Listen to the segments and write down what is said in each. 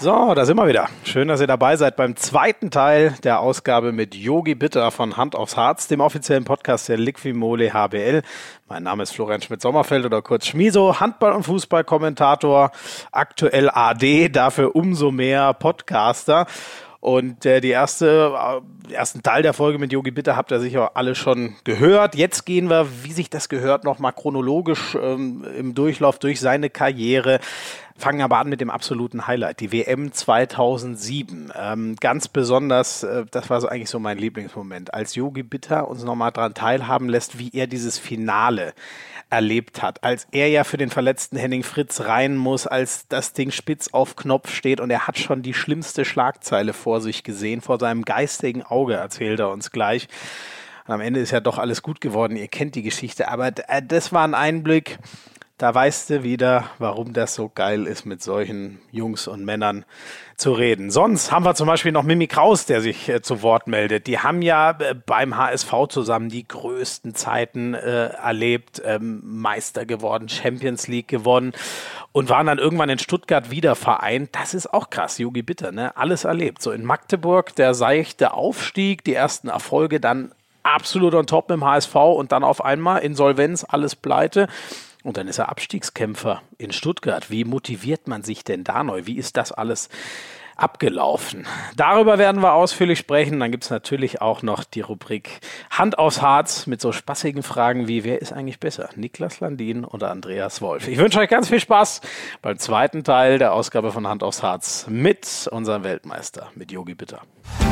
So, da sind wir wieder. Schön, dass ihr dabei seid beim zweiten Teil der Ausgabe mit Yogi Bitter von Hand aufs Harz, dem offiziellen Podcast der Liqui-Moly HBL. Mein Name ist Florian Schmidt-Sommerfeld oder kurz Schmiso, Handball- und Fußballkommentator, aktuell AD, dafür umso mehr Podcaster. Und den ersten Teil der Folge mit Yogi Bitter habt ihr sicher alle schon gehört. Jetzt gehen wir, wie sich das gehört, nochmal chronologisch im Durchlauf durch seine Karriere. Fangen aber an mit dem absoluten Highlight, die WM 2007. Ganz besonders, das war so eigentlich so mein Lieblingsmoment, als Yogi Bitter uns nochmal daran teilhaben lässt, wie er dieses Finale erlebt hat, als er ja für den verletzten Henning Fritz rein muss, als das Ding spitz auf Knopf steht und er hat schon die schlimmste Schlagzeile vor sich gesehen, vor seinem geistigen Auge, erzählt er uns gleich. Und am Ende ist ja doch alles gut geworden, ihr kennt die Geschichte, aber das war ein Einblick, da weißt du wieder, warum das so geil ist, mit solchen Jungs und Männern zu reden. Sonst haben wir zum Beispiel noch Mimi Kraus, der sich zu Wort meldet. Die haben ja beim HSV zusammen die größten Zeiten erlebt, Meister geworden, Champions League gewonnen und waren dann irgendwann in Stuttgart wieder vereint. Das ist auch krass, Yogi Bitter, ne? Alles erlebt. So in Magdeburg der seichte Aufstieg, die ersten Erfolge, dann absolut on top mit dem HSV und dann auf einmal Insolvenz, alles pleite. Und dann ist er Abstiegskämpfer in Stuttgart. Wie motiviert man sich denn da neu? Wie ist das alles abgelaufen? Darüber werden wir ausführlich sprechen. Dann gibt es natürlich auch noch die Rubrik Hand aufs Harz mit so spaßigen Fragen wie, wer ist eigentlich besser? Niklas Landin oder Andreas Wolf? Ich wünsche euch ganz viel Spaß beim zweiten Teil der Ausgabe von Hand aufs Harz mit unserem Weltmeister, mit Yogi Bitter.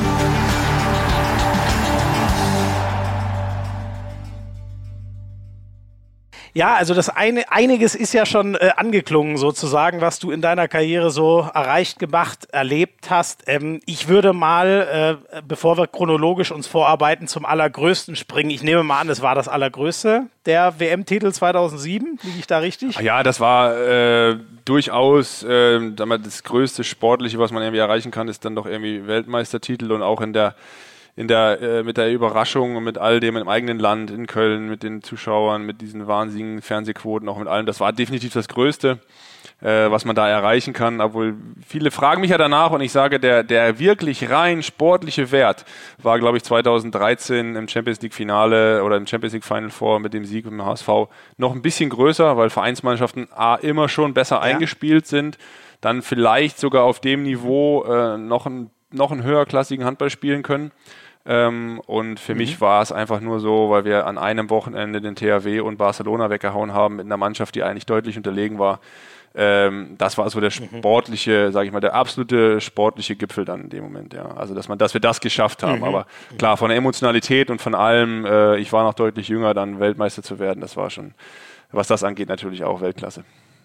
Ja, also einiges ist ja schon angeklungen sozusagen, was du in deiner Karriere so erreicht, gemacht, erlebt hast. Ich würde mal, bevor wir chronologisch uns vorarbeiten, zum Allergrößten springen. Ich nehme mal an, es war das Allergrößte, der WM-Titel 2007. Liege ich da richtig? Ja, das war durchaus das größte Sportliche, was man irgendwie erreichen kann, ist dann doch irgendwie Weltmeistertitel und auch mit der Überraschung und mit all dem im eigenen Land, in Köln, mit den Zuschauern, mit diesen wahnsinnigen Fernsehquoten, auch mit allem. Das war definitiv das Größte, was man da erreichen kann. Obwohl viele fragen mich ja danach und ich sage, der wirklich rein sportliche Wert war, glaube ich, 2013 im Champions League Finale oder im Champions League Final Four mit dem Sieg im HSV noch ein bisschen größer, weil Vereinsmannschaften immer schon besser eingespielt sind, dann vielleicht sogar auf dem Niveau noch einen höherklassigen Handball spielen können. Und für mich war es einfach nur so, weil wir an einem Wochenende den THW und Barcelona weggehauen haben mit einer Mannschaft, die eigentlich deutlich unterlegen war. Das war so der sportliche, sage ich mal, der absolute sportliche Gipfel dann in dem Moment. Ja. Also dass wir das geschafft haben. Aber klar, von der Emotionalität und von allem, ich war noch deutlich jünger, dann Weltmeister zu werden, das war schon, was das angeht, natürlich auch Weltklasse.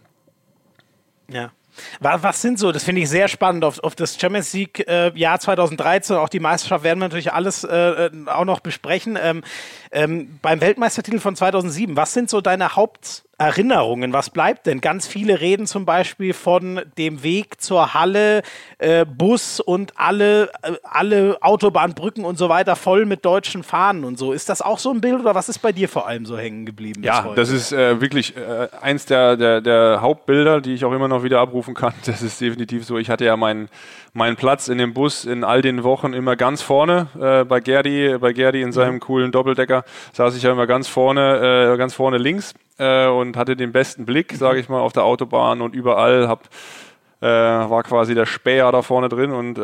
Ja. Was sind so, das finde ich sehr spannend, auf das Champions League Jahr 2013, auch die Meisterschaft werden wir natürlich alles auch noch besprechen. Beim Weltmeistertitel von 2007, was sind so deine Haupterinnerungen? Was bleibt denn? Ganz viele reden zum Beispiel von dem Weg zur Halle, Bus und alle Autobahnbrücken und so weiter voll mit deutschen Fahnen und so. Ist das auch so ein Bild oder was ist bei dir vor allem so hängen geblieben? Ja, das ist wirklich eins der Hauptbilder, die ich auch immer noch wieder abrufen kann. Das ist definitiv so. Ich hatte ja meinen Platz in dem Bus in all den Wochen immer ganz vorne, bei Gerdi in seinem coolen Doppeldecker saß ich ja immer ganz vorne links und hatte den besten Blick, sage ich mal, auf der Autobahn und überall war quasi der Späher da vorne drin und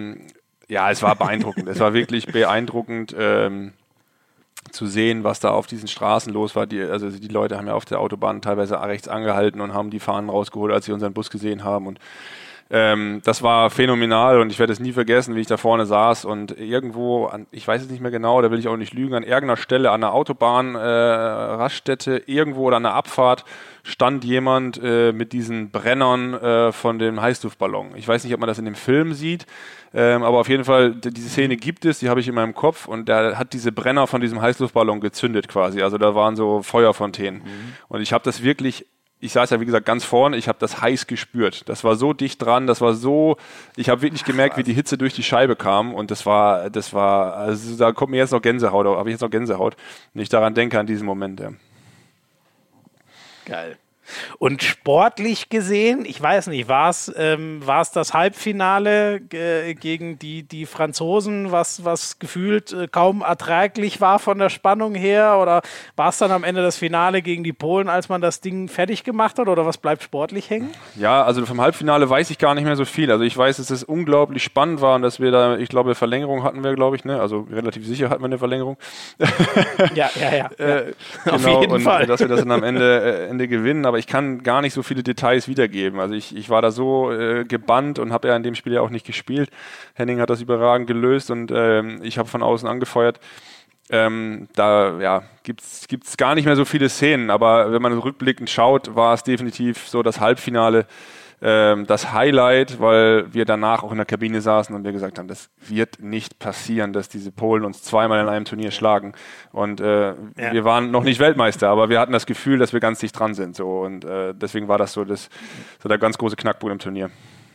es war beeindruckend. Es war wirklich beeindruckend zu sehen, was da auf diesen Straßen los war. Die Leute haben ja auf der Autobahn teilweise rechts angehalten und haben die Fahnen rausgeholt, als sie unseren Bus gesehen haben und das war phänomenal und ich werde es nie vergessen, wie ich da vorne saß und irgendwo, ich weiß es nicht mehr genau, da will ich auch nicht lügen, an irgendeiner Stelle an einer Autobahn, Raststätte, irgendwo oder an einer Abfahrt stand jemand mit diesen Brennern von dem Heißluftballon. Ich weiß nicht, ob man das in dem Film sieht, aber auf jeden Fall, diese Szene gibt es, die habe ich in meinem Kopf und der hat diese Brenner von diesem Heißluftballon gezündet quasi, also da waren so Feuerfontänen und ich habe das wirklich... Ich saß ja, wie gesagt, ganz vorne, ich habe das heiß gespürt. Das war so dicht dran, ich habe wirklich gemerkt, wie die Hitze durch die Scheibe kam und das war, also da kommt mir jetzt noch Gänsehaut, wenn ich daran denke, an diesen Moment. Ja. Geil. Und sportlich gesehen, ich weiß nicht, war es das Halbfinale gegen die Franzosen, was gefühlt kaum erträglich war von der Spannung her? Oder war es dann am Ende das Finale gegen die Polen, als man das Ding fertig gemacht hat? Oder was bleibt sportlich hängen? Ja, also vom Halbfinale weiß ich gar nicht mehr so viel. Also ich weiß, dass es unglaublich spannend war und dass wir da, ich glaube, Verlängerung hatten wir, glaube ich, ne? Also relativ sicher hatten wir eine Verlängerung. Ja. Genau, auf jeden Fall. Und dass wir das dann am Ende gewinnen, aber ich kann gar nicht so viele Details wiedergeben. Also ich war da so gebannt und habe ja in dem Spiel ja auch nicht gespielt. Henning hat das überragend gelöst und ich habe von außen angefeuert. Da gibt's gar nicht mehr so viele Szenen, aber wenn man rückblickend schaut, war es definitiv so das Halbfinale, das Highlight, weil wir danach auch in der Kabine saßen und wir gesagt haben, das wird nicht passieren, dass diese Polen uns zweimal in einem Turnier schlagen. Und wir waren noch nicht Weltmeister, aber wir hatten das Gefühl, dass wir ganz dicht dran sind. So. Und deswegen war das so der ganz große Knackpunkt im Turnier.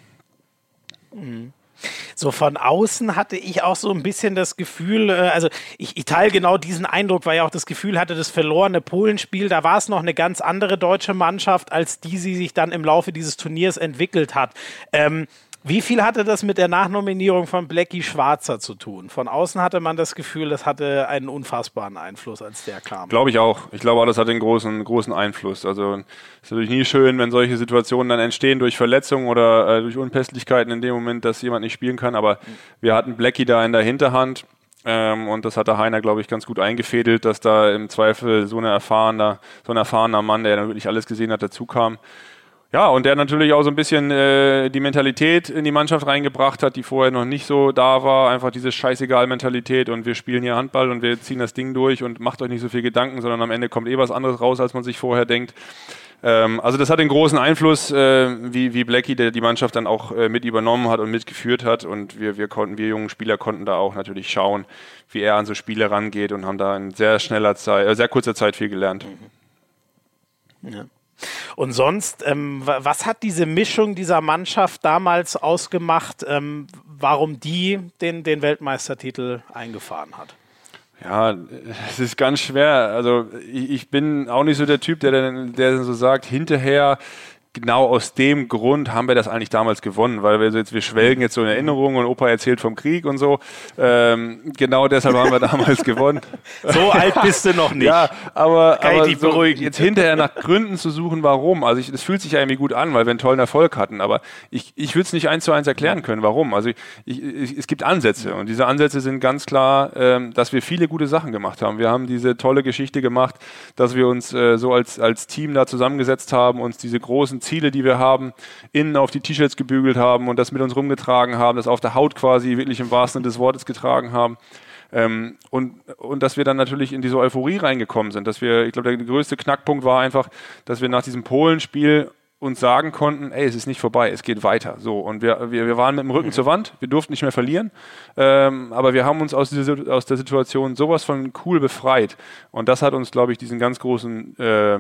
Mhm. So von außen hatte ich auch so ein bisschen das Gefühl, also ich teile genau diesen Eindruck, weil ich auch das Gefühl hatte, das verlorene Polenspiel, da war es noch eine ganz andere deutsche Mannschaft, als die sie sich dann im Laufe dieses Turniers entwickelt hat. Wie viel hatte das mit der Nachnominierung von Blackie Schwarzer zu tun? Von außen hatte man das Gefühl, das hatte einen unfassbaren Einfluss, als der kam. Glaube ich auch. Ich glaube auch, das hat einen großen Einfluss. Also es ist natürlich nie schön, wenn solche Situationen dann entstehen durch Verletzungen oder durch Unpässlichkeiten in dem Moment, dass jemand nicht spielen kann. Aber wir hatten Blackie da in der Hinterhand und das hat der Heiner, glaube ich, ganz gut eingefädelt, dass da im Zweifel so ein erfahrener Mann, der dann wirklich alles gesehen hat, dazu kam. Ja, und der natürlich auch so ein bisschen die Mentalität in die Mannschaft reingebracht hat, die vorher noch nicht so da war. Einfach diese Scheißegal-Mentalität und wir spielen hier Handball und wir ziehen das Ding durch und macht euch nicht so viel Gedanken, sondern am Ende kommt was anderes raus, als man sich vorher denkt. Also das hat den großen Einfluss, wie Blackie die Mannschaft dann auch mit übernommen hat und mitgeführt hat. Und wir jungen Spieler konnten da auch natürlich schauen, wie er an so Spiele rangeht und haben da in sehr kurzer Zeit viel gelernt. Ja. Und sonst, was hat diese Mischung dieser Mannschaft damals ausgemacht, warum die den Weltmeistertitel eingefahren hat? Ja, es ist ganz schwer. Also ich bin auch nicht so der Typ, der so sagt, hinterher, genau aus dem Grund haben wir das eigentlich damals gewonnen, weil wir schwelgen jetzt so in Erinnerungen und Opa erzählt vom Krieg und so. Genau deshalb haben wir damals gewonnen. So alt bist du noch nicht. Ja, aber ich so jetzt hinterher nach Gründen zu suchen, warum. Also das fühlt sich ja irgendwie gut an, weil wir einen tollen Erfolg hatten, aber ich würde es nicht 1:1 erklären können, warum. Also es gibt Ansätze und diese Ansätze sind ganz klar, dass wir viele gute Sachen gemacht haben. Wir haben diese tolle Geschichte gemacht, dass wir uns so als Team da zusammengesetzt haben, uns diese großen Ziele, die wir haben, innen auf die T-Shirts gebügelt haben und das mit uns rumgetragen haben, das auf der Haut quasi wirklich im wahrsten Sinne des Wortes getragen haben. Und dass wir dann natürlich in diese Euphorie reingekommen sind. Ich glaube, der größte Knackpunkt war einfach, dass wir nach diesem Polenspiel uns sagen konnten, es ist nicht vorbei, es geht weiter. So, und wir waren mit dem Rücken zur Wand, wir durften nicht mehr verlieren, aber wir haben uns aus der Situation sowas von cool befreit. Und das hat uns, glaube ich, diesen ganz großen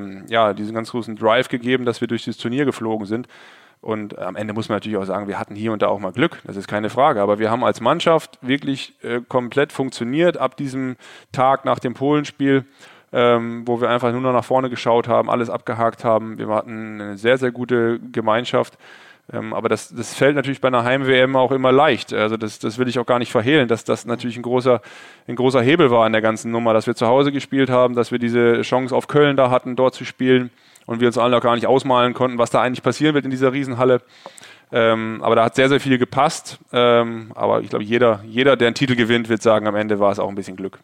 Drive gegeben, dass wir durch dieses Turnier geflogen sind. Und am Ende muss man natürlich auch sagen, wir hatten hier und da auch mal Glück, das ist keine Frage. Aber wir haben als Mannschaft wirklich komplett funktioniert ab diesem Tag nach dem Polenspiel, wo wir einfach nur noch nach vorne geschaut haben, alles abgehakt haben. Wir hatten eine sehr, sehr gute Gemeinschaft. Aber das fällt natürlich bei einer Heim-WM auch immer leicht. Also das will ich auch gar nicht verhehlen, dass das natürlich ein großer Hebel war in der ganzen Nummer, dass wir zu Hause gespielt haben, dass wir diese Chance auf Köln da hatten, dort zu spielen und wir uns alle auch gar nicht ausmalen konnten, was da eigentlich passieren wird in dieser Riesenhalle. Aber da hat sehr, sehr viel gepasst. Aber ich glaube, jeder, der einen Titel gewinnt, wird sagen, am Ende war es auch ein bisschen Glück.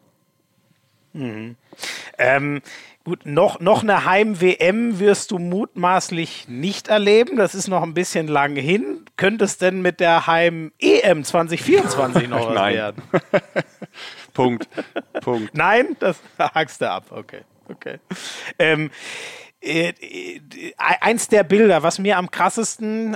Mhm. Gut, noch eine Heim-WM wirst du mutmaßlich nicht erleben. Das ist noch ein bisschen lang hin. Könnte es denn mit der Heim-EM 2024 noch was werden? Punkt. Nein, das hakst du ab. Okay. Eins der Bilder, was mir am krassesten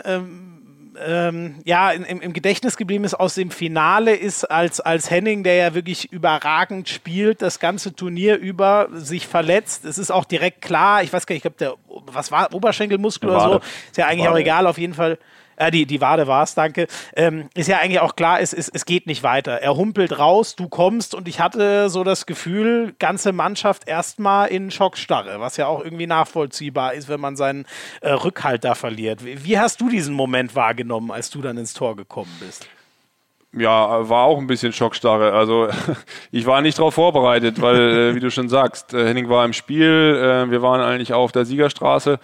im Gedächtnis geblieben ist aus dem Finale, ist als Henning, der ja wirklich überragend spielt, das ganze Turnier über sich verletzt. Es ist auch direkt klar, ich weiß gar nicht, ich glaube, was war Oberschenkelmuskel oder so, ist ja eigentlich auch egal, auf jeden Fall. Die Wade war es, danke. Ist ja eigentlich auch klar, es geht nicht weiter. Er humpelt raus, du kommst und ich hatte so das Gefühl, ganze Mannschaft erstmal in Schockstarre, was ja auch irgendwie nachvollziehbar ist, wenn man seinen Rückhalt da verliert. Wie hast du diesen Moment wahrgenommen, als du dann ins Tor gekommen bist? Ja, war auch ein bisschen Schockstarre. Also ich war nicht darauf vorbereitet, weil, wie du schon sagst, Henning war im Spiel, wir waren eigentlich auch auf der Siegerstraße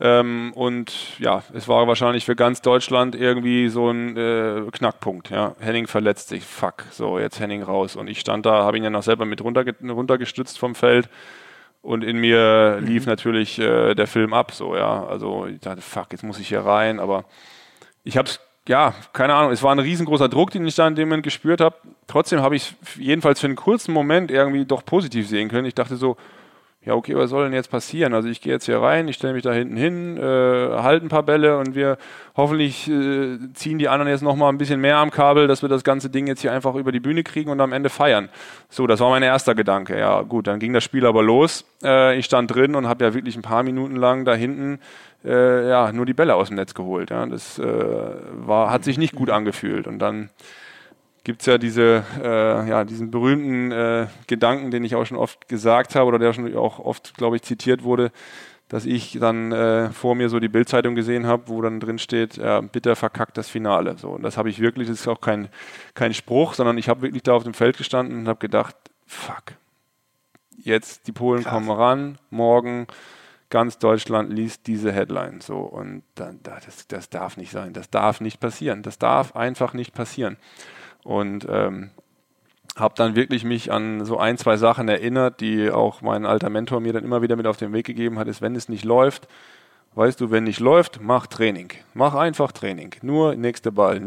und ja, es war wahrscheinlich für ganz Deutschland irgendwie so ein Knackpunkt. Ja. Henning verletzt sich, fuck, so jetzt Henning raus. Und ich stand da, habe ihn ja noch selber mit runtergestützt vom Feld. Und in mir lief natürlich der Film ab, so, ja. Also ich dachte, fuck, jetzt muss ich hier rein, aber ich habe es, ja, keine Ahnung, es war ein riesengroßer Druck, den ich da in dem Moment gespürt habe. Trotzdem habe ich es jedenfalls für einen kurzen Moment irgendwie doch positiv sehen können. Ich dachte so, ja okay, was soll denn jetzt passieren? Also ich gehe jetzt hier rein, ich stelle mich da hinten hin, halte ein paar Bälle und wir hoffentlich ziehen die anderen jetzt nochmal ein bisschen mehr am Kabel, dass wir das ganze Ding jetzt hier einfach über die Bühne kriegen und am Ende feiern. So, das war mein erster Gedanke. Ja gut, dann ging das Spiel aber los. Ich stand drin und habe ja wirklich ein paar Minuten lang da hinten nur die Bälle aus dem Netz geholt. Ja. Das hat sich nicht gut angefühlt. Und dann gibt es ja diesen berühmten Gedanken, den ich auch schon oft gesagt habe oder der schon auch oft, glaube ich, zitiert wurde, dass ich dann vor mir so die Bild-Zeitung gesehen habe, wo dann drin steht, bitter verkackt das Finale. So, und das habe ich wirklich, das ist auch kein Spruch, sondern ich habe wirklich da auf dem Feld gestanden und habe gedacht, fuck, jetzt die Polen kommen ran, morgen ganz Deutschland liest diese Headline. So, und dann, das darf nicht sein, das darf nicht passieren, das darf einfach nicht passieren. Und habe dann wirklich mich an so ein, zwei Sachen erinnert, die auch mein alter Mentor mir dann immer wieder mit auf den Weg gegeben hat, ist, wenn es nicht läuft, weißt du, wenn nicht läuft, mach Training. Mach einfach Training. Nur nächste Ball.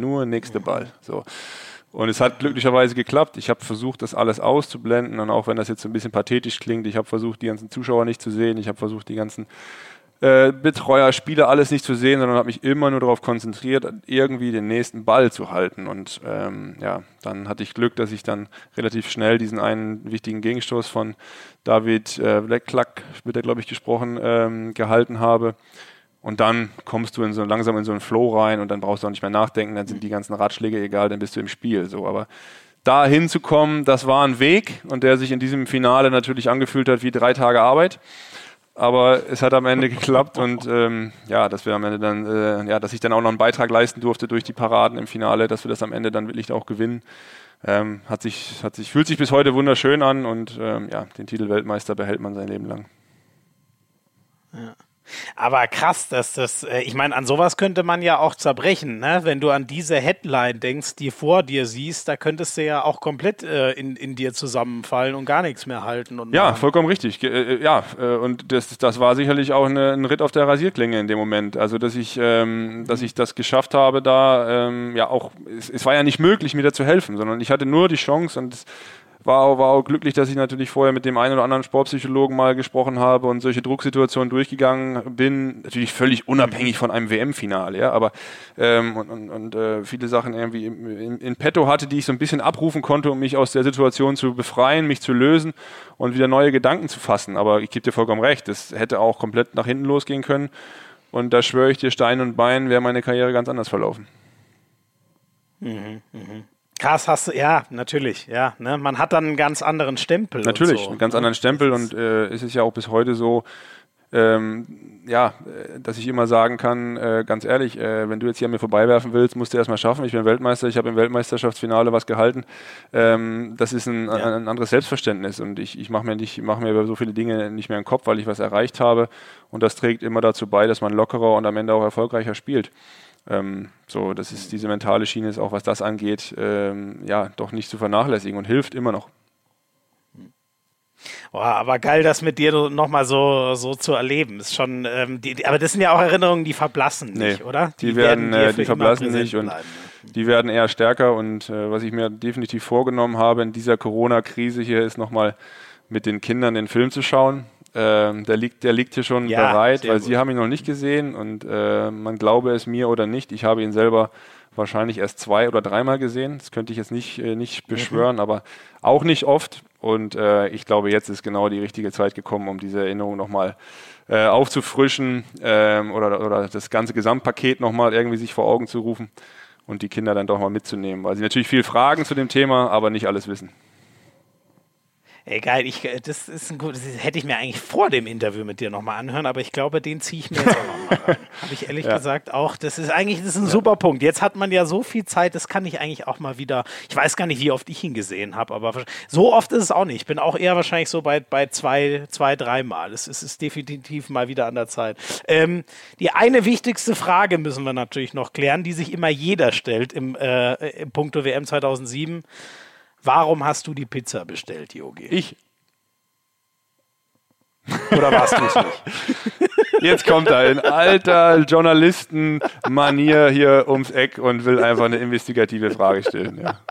So. Und es hat glücklicherweise geklappt. Ich habe versucht, das alles auszublenden. Und auch wenn das jetzt so ein bisschen pathetisch klingt, ich habe versucht, die ganzen Zuschauer nicht zu sehen. Ich habe versucht, die ganzen Betreuer, Spieler, alles nicht zu sehen, sondern habe mich immer nur darauf konzentriert, irgendwie den nächsten Ball zu halten. Und dann hatte ich Glück, dass ich dann relativ schnell diesen einen wichtigen Gegenstoß von David Blackklack, wird er, glaube ich, gesprochen, gehalten habe. Und dann kommst du langsam in so einen Flow rein und dann brauchst du auch nicht mehr nachdenken, dann sind die ganzen Ratschläge egal, dann bist du im Spiel. So, aber da hinzukommen, das war ein Weg und der sich in diesem Finale natürlich angefühlt hat wie 3 Tage Arbeit. Aber es hat am Ende geklappt und dass wir am Ende dann, dass ich dann auch noch einen Beitrag leisten durfte durch die Paraden im Finale, dass wir das am Ende dann wirklich auch gewinnen. Fühlt sich bis heute wunderschön an und den Titel Weltmeister behält man sein Leben lang. Ja. Aber krass, dass ich meine, an sowas könnte man ja auch zerbrechen, ne? Wenn du an diese Headline denkst, die vor dir siehst, da könntest du ja auch komplett in dir zusammenfallen und gar nichts mehr halten. Und ja, vollkommen richtig. Und das war sicherlich auch ein Ritt auf der Rasierklinge in dem Moment. Also, dass ich das geschafft habe, da es war ja nicht möglich, mir da zu helfen, sondern ich hatte nur die Chance und war auch glücklich, dass ich natürlich vorher mit dem einen oder anderen Sportpsychologen mal gesprochen habe und solche Drucksituationen durchgegangen bin. Natürlich völlig unabhängig von einem WM-Finale, ja, aber viele Sachen irgendwie in petto hatte, die ich so ein bisschen abrufen konnte, um mich aus der Situation zu befreien, mich zu lösen und wieder neue Gedanken zu fassen. Aber ich gebe dir vollkommen recht, das hätte auch komplett nach hinten losgehen können. Und da schwöre ich dir, Stein und Bein, wäre meine Karriere ganz anders verlaufen. Krass, ja, natürlich, ja. Ne? Man hat dann einen ganz anderen Stempel. Natürlich, so, einen ganz anderen Stempel und es ist ja auch bis heute so, dass ich immer sagen kann, ganz ehrlich, wenn du jetzt hier an mir vorbeiwerfen willst, musst du erstmal schaffen. Ich bin Weltmeister, ich habe im Weltmeisterschaftsfinale was gehalten. Das ist ein anderes Selbstverständnis und ich mache mir über so viele Dinge nicht mehr im Kopf, weil ich was erreicht habe und das trägt immer dazu bei, dass man lockerer und am Ende auch erfolgreicher spielt. Das ist diese mentale Schiene ist auch, was das angeht, doch nicht zu vernachlässigen und hilft immer noch. Boah, aber geil, das mit dir nochmal so zu erleben. Ist schon, aber das sind ja auch Erinnerungen, die verblassen nicht, oder? Die verblassen nicht und die werden eher stärker und was ich mir definitiv vorgenommen habe in dieser Corona-Krise hier ist nochmal mit den Kindern den Film zu schauen. Der liegt hier schon bereit, weil sie haben ihn noch nicht gesehen und man glaube es mir oder nicht, ich habe ihn selber wahrscheinlich erst 2 oder 3-mal gesehen. Das könnte ich jetzt nicht beschwören, aber auch nicht oft. Und ich glaube, jetzt ist genau die richtige Zeit gekommen, um diese Erinnerung nochmal aufzufrischen oder das ganze Gesamtpaket nochmal irgendwie sich vor Augen zu rufen und die Kinder dann doch mal mitzunehmen, weil sie natürlich viel fragen zu dem Thema, aber nicht alles wissen. Ey, geil, das hätte ich mir eigentlich vor dem Interview mit dir nochmal anhören, aber ich glaube, den ziehe ich mir jetzt auch nochmal rein. Habe ich ehrlich gesagt auch, das ist ein super Punkt. Jetzt hat man ja so viel Zeit, das kann ich eigentlich auch mal wieder, ich weiß gar nicht, wie oft ich ihn gesehen habe, aber so oft ist es auch nicht. Ich bin auch eher wahrscheinlich so bei 2, 3 Mal. Es ist definitiv mal wieder an der Zeit. Die eine wichtigste Frage müssen wir natürlich noch klären, die sich immer jeder stellt im Punkto WM 2007. Warum hast du die Pizza bestellt, Jogi? Ich. Oder warst du es nicht? Jetzt kommt er in alter Journalisten-Manier hier ums Eck und will einfach eine investigative Frage stellen. Ja.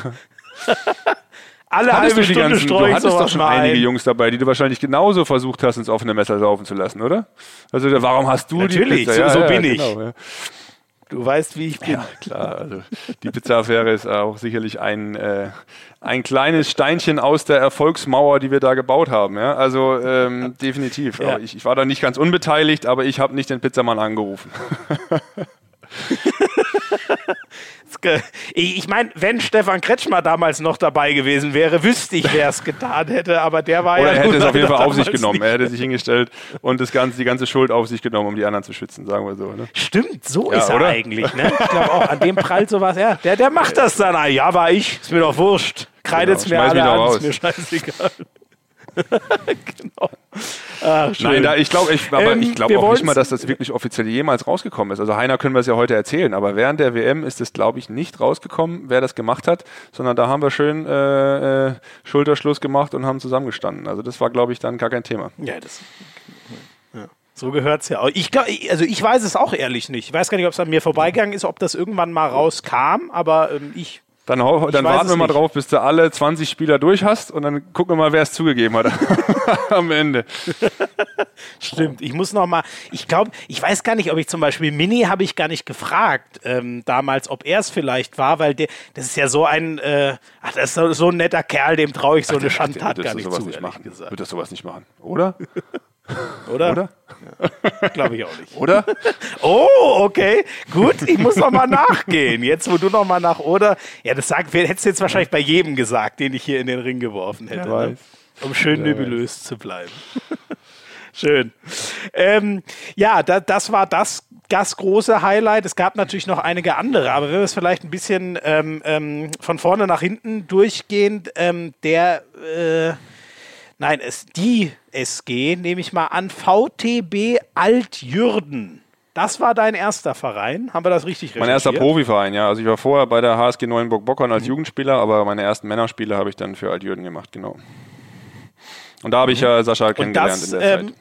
Alle halbe Stunde streue ich sowas doch schon einige Jungs dabei, die du wahrscheinlich genauso versucht hast, ins offene Messer saufen zu lassen, oder? Also warum hast du die Pizza? So bin ich. Genau, ja. Du weißt, wie ich bin. Ja, klar. Also die Pizza-Affäre ist auch sicherlich ein kleines Steinchen aus der Erfolgsmauer, die wir da gebaut haben. Ja? Also definitiv. Ja. Ich war da nicht ganz unbeteiligt, aber ich habe nicht den Pizzamann angerufen. Ich meine, wenn Stefan Kretschmer damals noch dabei gewesen wäre, wüsste ich, wer es getan hätte, aber der war Oder ja... er hätte es auf jeden Fall auf sich genommen. Er hätte sich hingestellt und die ganze Schuld auf sich genommen, um die anderen zu schützen, sagen wir so. Ne? Stimmt, so ist er eigentlich. Ne? Ich glaube auch, an dem prallt sowas. Ja, der macht das dann. Ja, war ich. Ist mir doch wurscht. Kreidet's mir alle an, ist mir scheißegal. Genau. Ach, nein, ich glaube auch nicht mal, dass das wirklich offiziell jemals rausgekommen ist. Also Heiner können wir es ja heute erzählen, aber während der WM ist es, glaube ich, nicht rausgekommen, wer das gemacht hat, sondern da haben wir schön Schulterschluss gemacht und haben zusammengestanden. Also das war, glaube ich, dann gar kein Thema. Ja, so gehört es ja auch. Ich weiß es auch ehrlich nicht. Ich weiß gar nicht, ob es an mir vorbeigegangen ist, ob das irgendwann mal rauskam, aber Dann warten wir mal drauf, bis du alle 20 Spieler durch hast und dann gucken wir mal, wer es zugegeben hat am Ende. Stimmt, ich muss noch mal, ich weiß gar nicht, ob ich zum Beispiel Mini habe ich gar nicht gefragt damals, ob er es vielleicht war, weil das ist ja so ein, das ist so ein netter Kerl, dem traue ich so eine Schandtat gar nicht zu, ehrlich gesagt. Wird das sowas nicht machen, oder? Oder? Ja, glaube ich auch nicht. Oder? Oh, okay. Gut, ich muss noch mal nachgehen. Jetzt, wo du noch mal nach oder... Ja, das hättest du jetzt wahrscheinlich bei jedem gesagt, den ich hier in den Ring geworfen hätte. Ja, ne? Um schön nebulös zu bleiben. Schön. Das war das große Highlight. Es gab natürlich noch einige andere, aber wenn wir es vielleicht ein bisschen von vorne nach hinten durchgehen, die SG, nehme ich mal an, VTB Altjürden. Das war dein erster Verein, haben wir das richtig recherchiert? Mein erster Profiverein, ja. Also ich war vorher bei der HSG Neuenburg-Bockern als Jugendspieler, aber meine ersten Männerspiele habe ich dann für Altjürden gemacht, genau. Und da habe ich ja Sascha kennengelernt in der Zeit.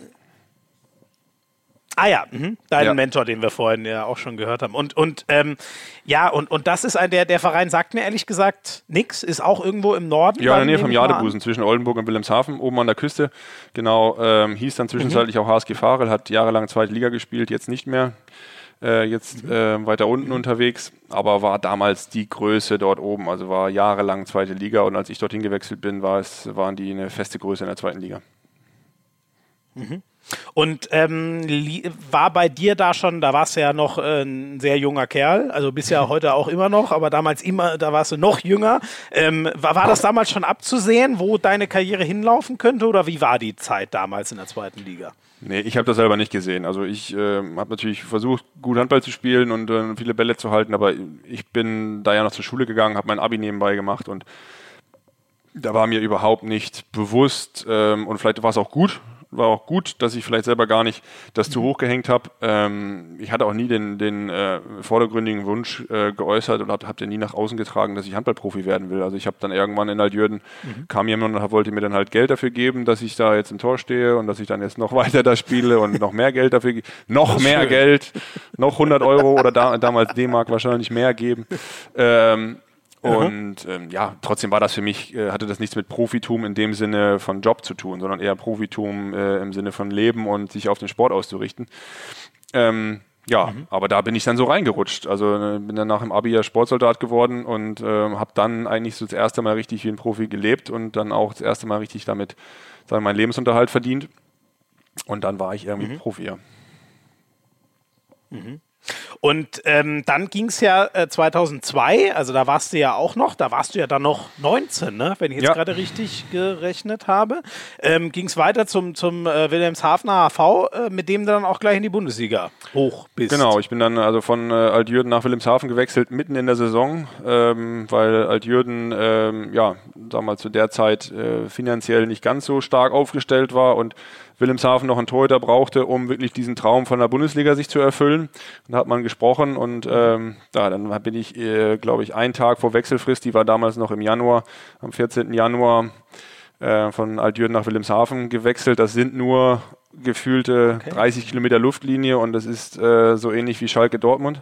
Deinen Mentor, den wir vorhin ja auch schon gehört haben. Und das ist der Verein, sagt mir ehrlich gesagt nichts, ist auch irgendwo im Norden. Ja, in der Nähe vom Jadebusen, zwischen Oldenburg und Wilhelmshaven, oben an der Küste. Genau, hieß dann zwischenzeitlich auch HSG Farel, hat jahrelang zweite Liga gespielt, jetzt nicht mehr. Weiter unten unterwegs, aber war damals die Größe dort oben, also war jahrelang zweite Liga und als ich dorthin gewechselt bin, waren die eine feste Größe in der zweiten Liga. Mhm. Und war bei dir da warst du ja noch ein sehr junger Kerl, also bist ja heute auch immer noch, aber da warst du noch jünger. War das damals schon abzusehen, wo deine Karriere hinlaufen könnte oder wie war die Zeit damals in der zweiten Liga? Nee, ich habe das selber nicht gesehen. Also ich habe natürlich versucht, gut Handball zu spielen und viele Bälle zu halten, aber ich bin da ja noch zur Schule gegangen, habe mein Abi nebenbei gemacht und da war mir überhaupt nicht bewusst und vielleicht war es auch gut, dass ich vielleicht selber gar nicht das zu hoch gehängt habe. Ich hatte auch nie den vordergründigen Wunsch geäußert und habe den nie nach außen getragen, dass ich Handballprofi werden will. Also ich habe dann irgendwann in Altjürden, kam jemand und wollte mir dann halt Geld dafür geben, dass ich da jetzt im Tor stehe und dass ich dann jetzt noch weiter da spiele und noch mehr Geld dafür gebe. Noch mehr Geld, noch 100 Euro oder damals D-Mark wahrscheinlich mehr geben. Und trotzdem war das für mich, hatte das nichts mit Profitum in dem Sinne von Job zu tun, sondern eher Profitum im Sinne von Leben und sich auf den Sport auszurichten. Ja, aber da bin ich dann so reingerutscht. Also bin dann nach dem Abi ja Sportsoldat geworden und habe dann eigentlich so das erste Mal richtig wie ein Profi gelebt und dann auch das erste Mal richtig damit, sagen wir, meinen Lebensunterhalt verdient. Und dann war ich irgendwie Profi, ja. Und dann ging es ja 2002, also da warst du ja auch noch, da warst du ja dann noch 19, ne? Wenn ich jetzt gerade richtig gerechnet habe. Ging es weiter zum Wilhelmshavener HV, mit dem du dann auch gleich in die Bundesliga hoch bist. Genau, ich bin dann also von Altjürden nach Wilhelmshaven gewechselt, mitten in der Saison, weil Altjürden damals zu der Zeit finanziell nicht ganz so stark aufgestellt war und Wilhelmshaven noch einen Torhüter brauchte, um wirklich diesen Traum von der Bundesliga sich zu erfüllen. Und da hat man gesprochen und dann bin ich, glaube ich, einen Tag vor Wechselfrist, die war damals noch im Januar, am 14. Januar von Altjürden nach Wilhelmshaven gewechselt. Das sind nur gefühlte 30 Kilometer Luftlinie und das ist so ähnlich wie Schalke Dortmund.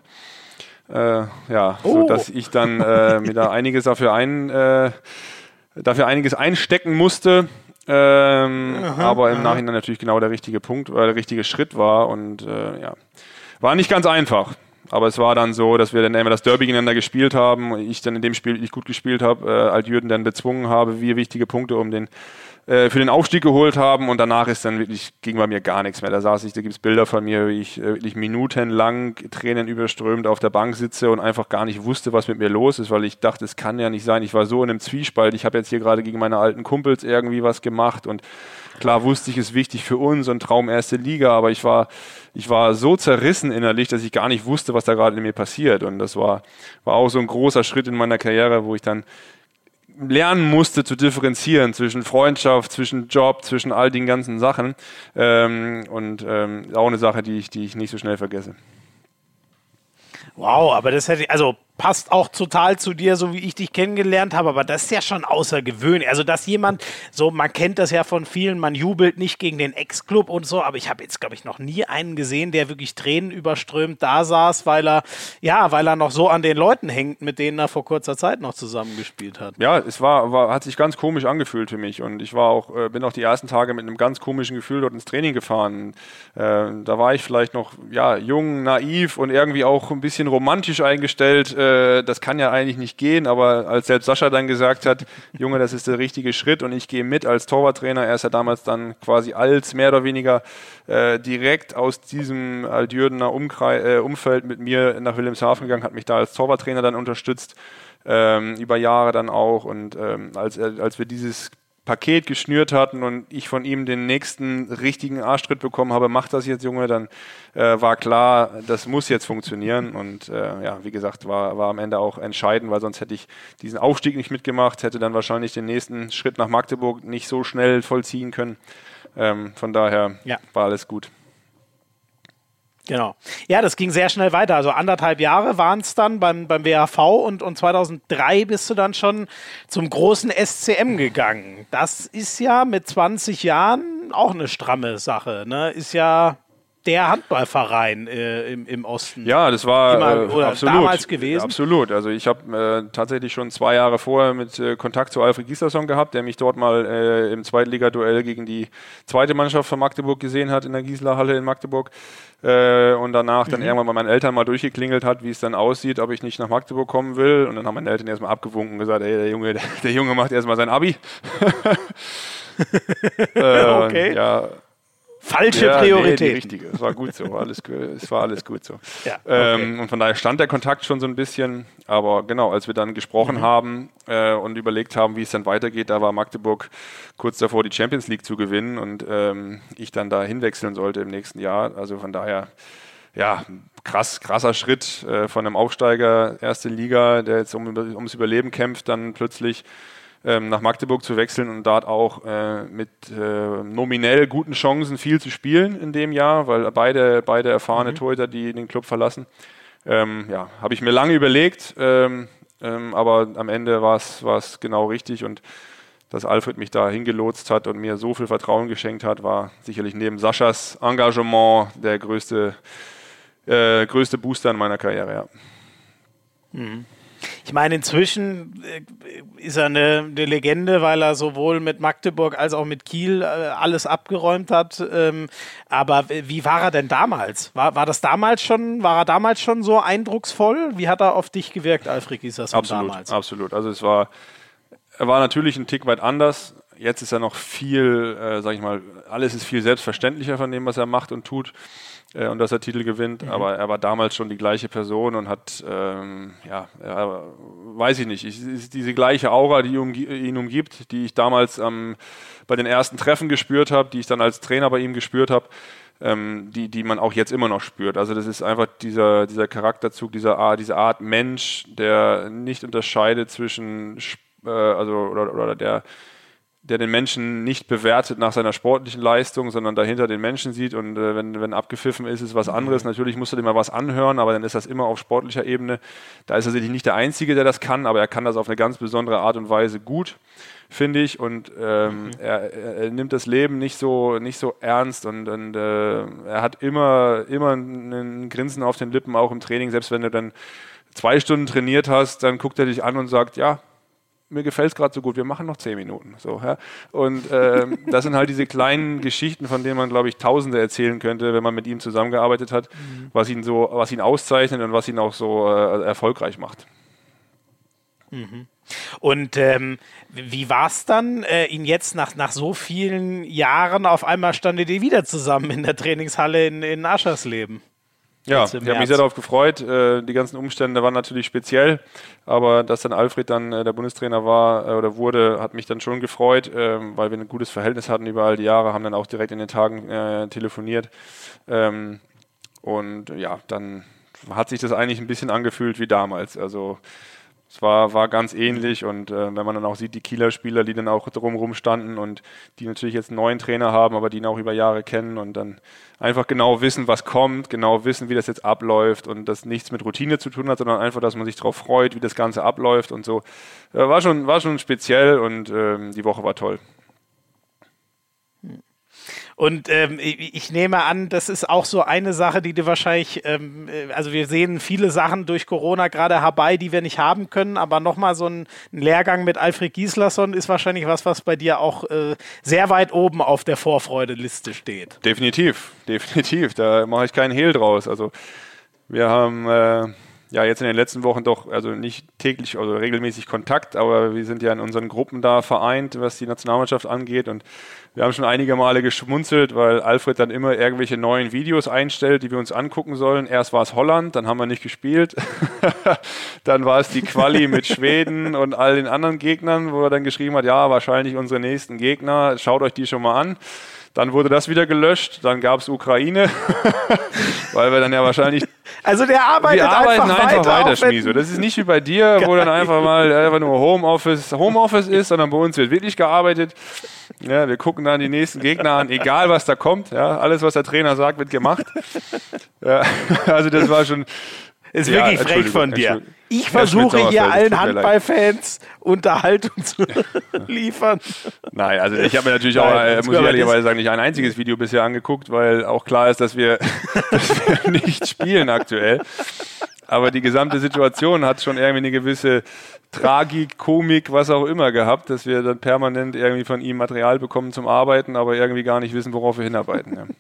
So dass ich dann mir da einiges dafür einiges einstecken musste. Aber im Nachhinein natürlich genau der richtige Punkt, der richtige Schritt war und war nicht ganz einfach. Aber es war dann so, dass wir dann immer das Derby gegeneinander gespielt haben und ich dann in dem Spiel nicht gut gespielt habe, Altjürden dann bezwungen habe, wir wichtige Punkte für den Aufstieg geholt haben und danach ist dann wirklich, ging bei mir gar nichts mehr. Da gibt es Bilder von mir, wie ich wirklich minutenlang Tränen überströmt auf der Bank sitze und einfach gar nicht wusste, was mit mir los ist, weil ich dachte, es kann ja nicht sein. Ich war so in einem Zwiespalt. Ich habe jetzt hier gerade gegen meine alten Kumpels irgendwie was gemacht und klar wusste ich, es ist wichtig für uns und Traum erste Liga, aber ich war so zerrissen innerlich, dass ich gar nicht wusste, was da gerade in mir passiert und das war auch so ein großer Schritt in meiner Karriere, wo ich dann lernen musste zu differenzieren zwischen Freundschaft, zwischen Job, zwischen all den ganzen Sachen auch eine Sache, die ich nicht so schnell vergesse. Wow, aber das passt auch total zu dir, so wie ich dich kennengelernt habe, aber das ist ja schon außergewöhnlich. Also, dass jemand, so, man kennt das ja von vielen, man jubelt nicht gegen den Ex-Club und so, aber ich habe jetzt, glaube ich, noch nie einen gesehen, der wirklich tränenüberströmt da saß, weil er noch so an den Leuten hängt, mit denen er vor kurzer Zeit noch zusammengespielt hat. Ja, es hat sich ganz komisch angefühlt für mich und ich bin auch die ersten Tage mit einem ganz komischen Gefühl dort ins Training gefahren. Da war ich vielleicht noch, jung, naiv und irgendwie auch ein bisschen romantisch eingestellt, das kann ja eigentlich nicht gehen, aber als selbst Sascha dann gesagt hat, Junge, das ist der richtige Schritt und ich gehe mit als Torwarttrainer, er ist ja damals dann quasi als mehr oder weniger direkt aus diesem Altjürdener Umfeld mit mir nach Wilhelmshaven gegangen, hat mich da als Torwarttrainer dann unterstützt, über Jahre dann auch und als wir dieses Paket geschnürt hatten und ich von ihm den nächsten richtigen Arschtritt bekommen habe, mach das jetzt, Junge, dann war klar, das muss jetzt funktionieren und wie gesagt, war am Ende auch entscheidend, weil sonst hätte ich diesen Aufstieg nicht mitgemacht, hätte dann wahrscheinlich den nächsten Schritt nach Magdeburg nicht so schnell vollziehen können. Von daher war alles gut. Genau. Ja, das ging sehr schnell weiter. Also 1,5 Jahre waren es dann beim WHV und 2003 bist du dann schon zum großen SCM gegangen. Das ist ja mit 20 Jahren auch eine stramme Sache, ne? Ist ja der Handballverein im Osten. Ja, das war absolut, damals gewesen. Absolut. Also ich habe tatsächlich schon 2 Jahre vorher mit Kontakt zu Alfred Gislason gehabt, der mich dort mal im Zweitligaduell gegen die zweite Mannschaft von Magdeburg gesehen hat in der Gießler-Halle in Magdeburg. Und danach dann irgendwann bei meinen Eltern mal durchgeklingelt hat, wie es dann aussieht, ob ich nicht nach Magdeburg kommen will. Und dann haben meine Eltern erstmal abgewunken und gesagt, ey, der Junge macht erstmal sein Abi. Okay. Ja. Falsche Priorität. Nee, die richtige. Es war gut so. Es war alles gut so. Ja, okay. Und von daher stand der Kontakt schon so ein bisschen. Aber genau, als wir dann gesprochen haben und überlegt haben, wie es dann weitergeht, da war Magdeburg kurz davor, die Champions League zu gewinnen und ich dann da hinwechseln sollte im nächsten Jahr. Also von daher, ja, krasser Schritt von einem Aufsteiger, erste Liga, der jetzt ums Überleben kämpft, dann plötzlich nach Magdeburg zu wechseln und dort auch mit nominell guten Chancen viel zu spielen in dem Jahr, weil beide erfahrene Torhüter, die den Club verlassen. Habe ich mir lange überlegt, aber am Ende war es genau richtig und dass Alfred mich da hingelotst hat und mir so viel Vertrauen geschenkt hat, war sicherlich neben Saschas Engagement der größte Booster in meiner Karriere, ja. Mhm. Ich meine, inzwischen ist er eine Legende, weil er sowohl mit Magdeburg als auch mit Kiel alles abgeräumt hat. Aber wie war er denn damals? War er damals schon so eindrucksvoll? Wie hat er auf dich gewirkt, Alfred Gislason, damals? Absolut. Also er war natürlich ein Tick weit anders. Jetzt ist er noch viel, sag ich mal, alles ist viel selbstverständlicher von dem, was er macht und tut. Und dass er Titel gewinnt, aber er war damals schon die gleiche Person und hat, weiß ich nicht, ist diese gleiche Aura, die ihn umgibt, die ich damals bei den ersten Treffen gespürt habe, die ich dann als Trainer bei ihm gespürt habe, die man auch jetzt immer noch spürt. Also das ist einfach dieser Charakterzug, diese Art Mensch, der nicht unterscheidet zwischen, der den Menschen nicht bewertet nach seiner sportlichen Leistung, sondern dahinter den Menschen sieht und wenn abgepfiffen ist, ist was anderes. Natürlich musst du dir mal was anhören, aber dann ist das immer auf sportlicher Ebene. Da ist er sicherlich nicht der Einzige, der das kann, aber er kann das auf eine ganz besondere Art und Weise gut, finde ich. Und er nimmt das Leben nicht so ernst und er hat immer ein Grinsen auf den Lippen, auch im Training. Selbst wenn du dann 2 Stunden trainiert hast, dann guckt er dich an und sagt, ja, mir gefällt es gerade so gut, wir machen noch 10 Minuten. So, ja? Und das sind halt diese kleinen Geschichten, von denen man, glaube ich, Tausende erzählen könnte, wenn man mit ihm zusammengearbeitet hat, was ihn auszeichnet und was ihn auch so erfolgreich macht. Mhm. Und wie war es dann, ihn jetzt nach so vielen Jahren, auf einmal standet ihr wieder zusammen in der Trainingshalle in Aschersleben? Ja, ich habe mich sehr darauf gefreut. Die ganzen Umstände waren natürlich speziell, aber dass dann Alfred dann der Bundestrainer wurde, hat mich dann schon gefreut, weil wir ein gutes Verhältnis hatten über all die Jahre, haben dann auch direkt in den Tagen telefoniert. Und ja, dann hat sich das eigentlich ein bisschen angefühlt wie damals. Also es war ganz ähnlich und wenn man dann auch sieht, die Kieler Spieler, die dann auch drumherum standen und die natürlich jetzt einen neuen Trainer haben, aber die ihn auch über Jahre kennen und dann einfach genau wissen, was kommt, genau wissen, wie das jetzt abläuft und das nichts mit Routine zu tun hat, sondern einfach, dass man sich darauf freut, wie das Ganze abläuft und so. War schon speziell und die Woche war toll. Und ich nehme an, das ist auch so eine Sache, die du wahrscheinlich, also wir sehen viele Sachen durch Corona gerade herbei, die wir nicht haben können, aber nochmal so ein Lehrgang mit Alfred Gislason ist wahrscheinlich was bei dir auch sehr weit oben auf der Vorfreudeliste steht. Definitiv, da mache ich keinen Hehl draus. Also wir haben jetzt in den letzten Wochen doch, also nicht täglich, also regelmäßig Kontakt, aber wir sind ja in unseren Gruppen da vereint, was die Nationalmannschaft angeht und wir haben schon einige Male geschmunzelt, weil Alfred dann immer irgendwelche neuen Videos einstellt, die wir uns angucken sollen. Erst war es Holland, dann haben wir nicht gespielt. Dann war es die Quali mit Schweden und all den anderen Gegnern, wo er dann geschrieben hat, ja, wahrscheinlich unsere nächsten Gegner, schaut euch die schon mal an. Dann wurde das wieder gelöscht, dann gab es Ukraine, weil wir dann ja wahrscheinlich... Also der arbeitet einfach weiter Schmieso. Das ist nicht wie bei dir, wo dann einfach nur Homeoffice ist, sondern bei uns wird wirklich gearbeitet. Ja, wir gucken dann die nächsten Gegner an, egal was da kommt. Ja, alles, was der Trainer sagt, wird gemacht. Ja, also das war schon... Ist wirklich frech von dir. Ich versuche hier allen Handballfans Unterhaltung zu liefern. Nein, also ich habe mir natürlich auch, muss ich ehrlicherweise sagen, nicht ein einziges Video bisher angeguckt, weil auch klar ist, dass wir nicht spielen aktuell. Aber die gesamte Situation hat schon irgendwie eine gewisse Tragik, Komik, was auch immer gehabt, dass wir dann permanent irgendwie von ihm Material bekommen zum Arbeiten, aber irgendwie gar nicht wissen, worauf wir hinarbeiten. Ja.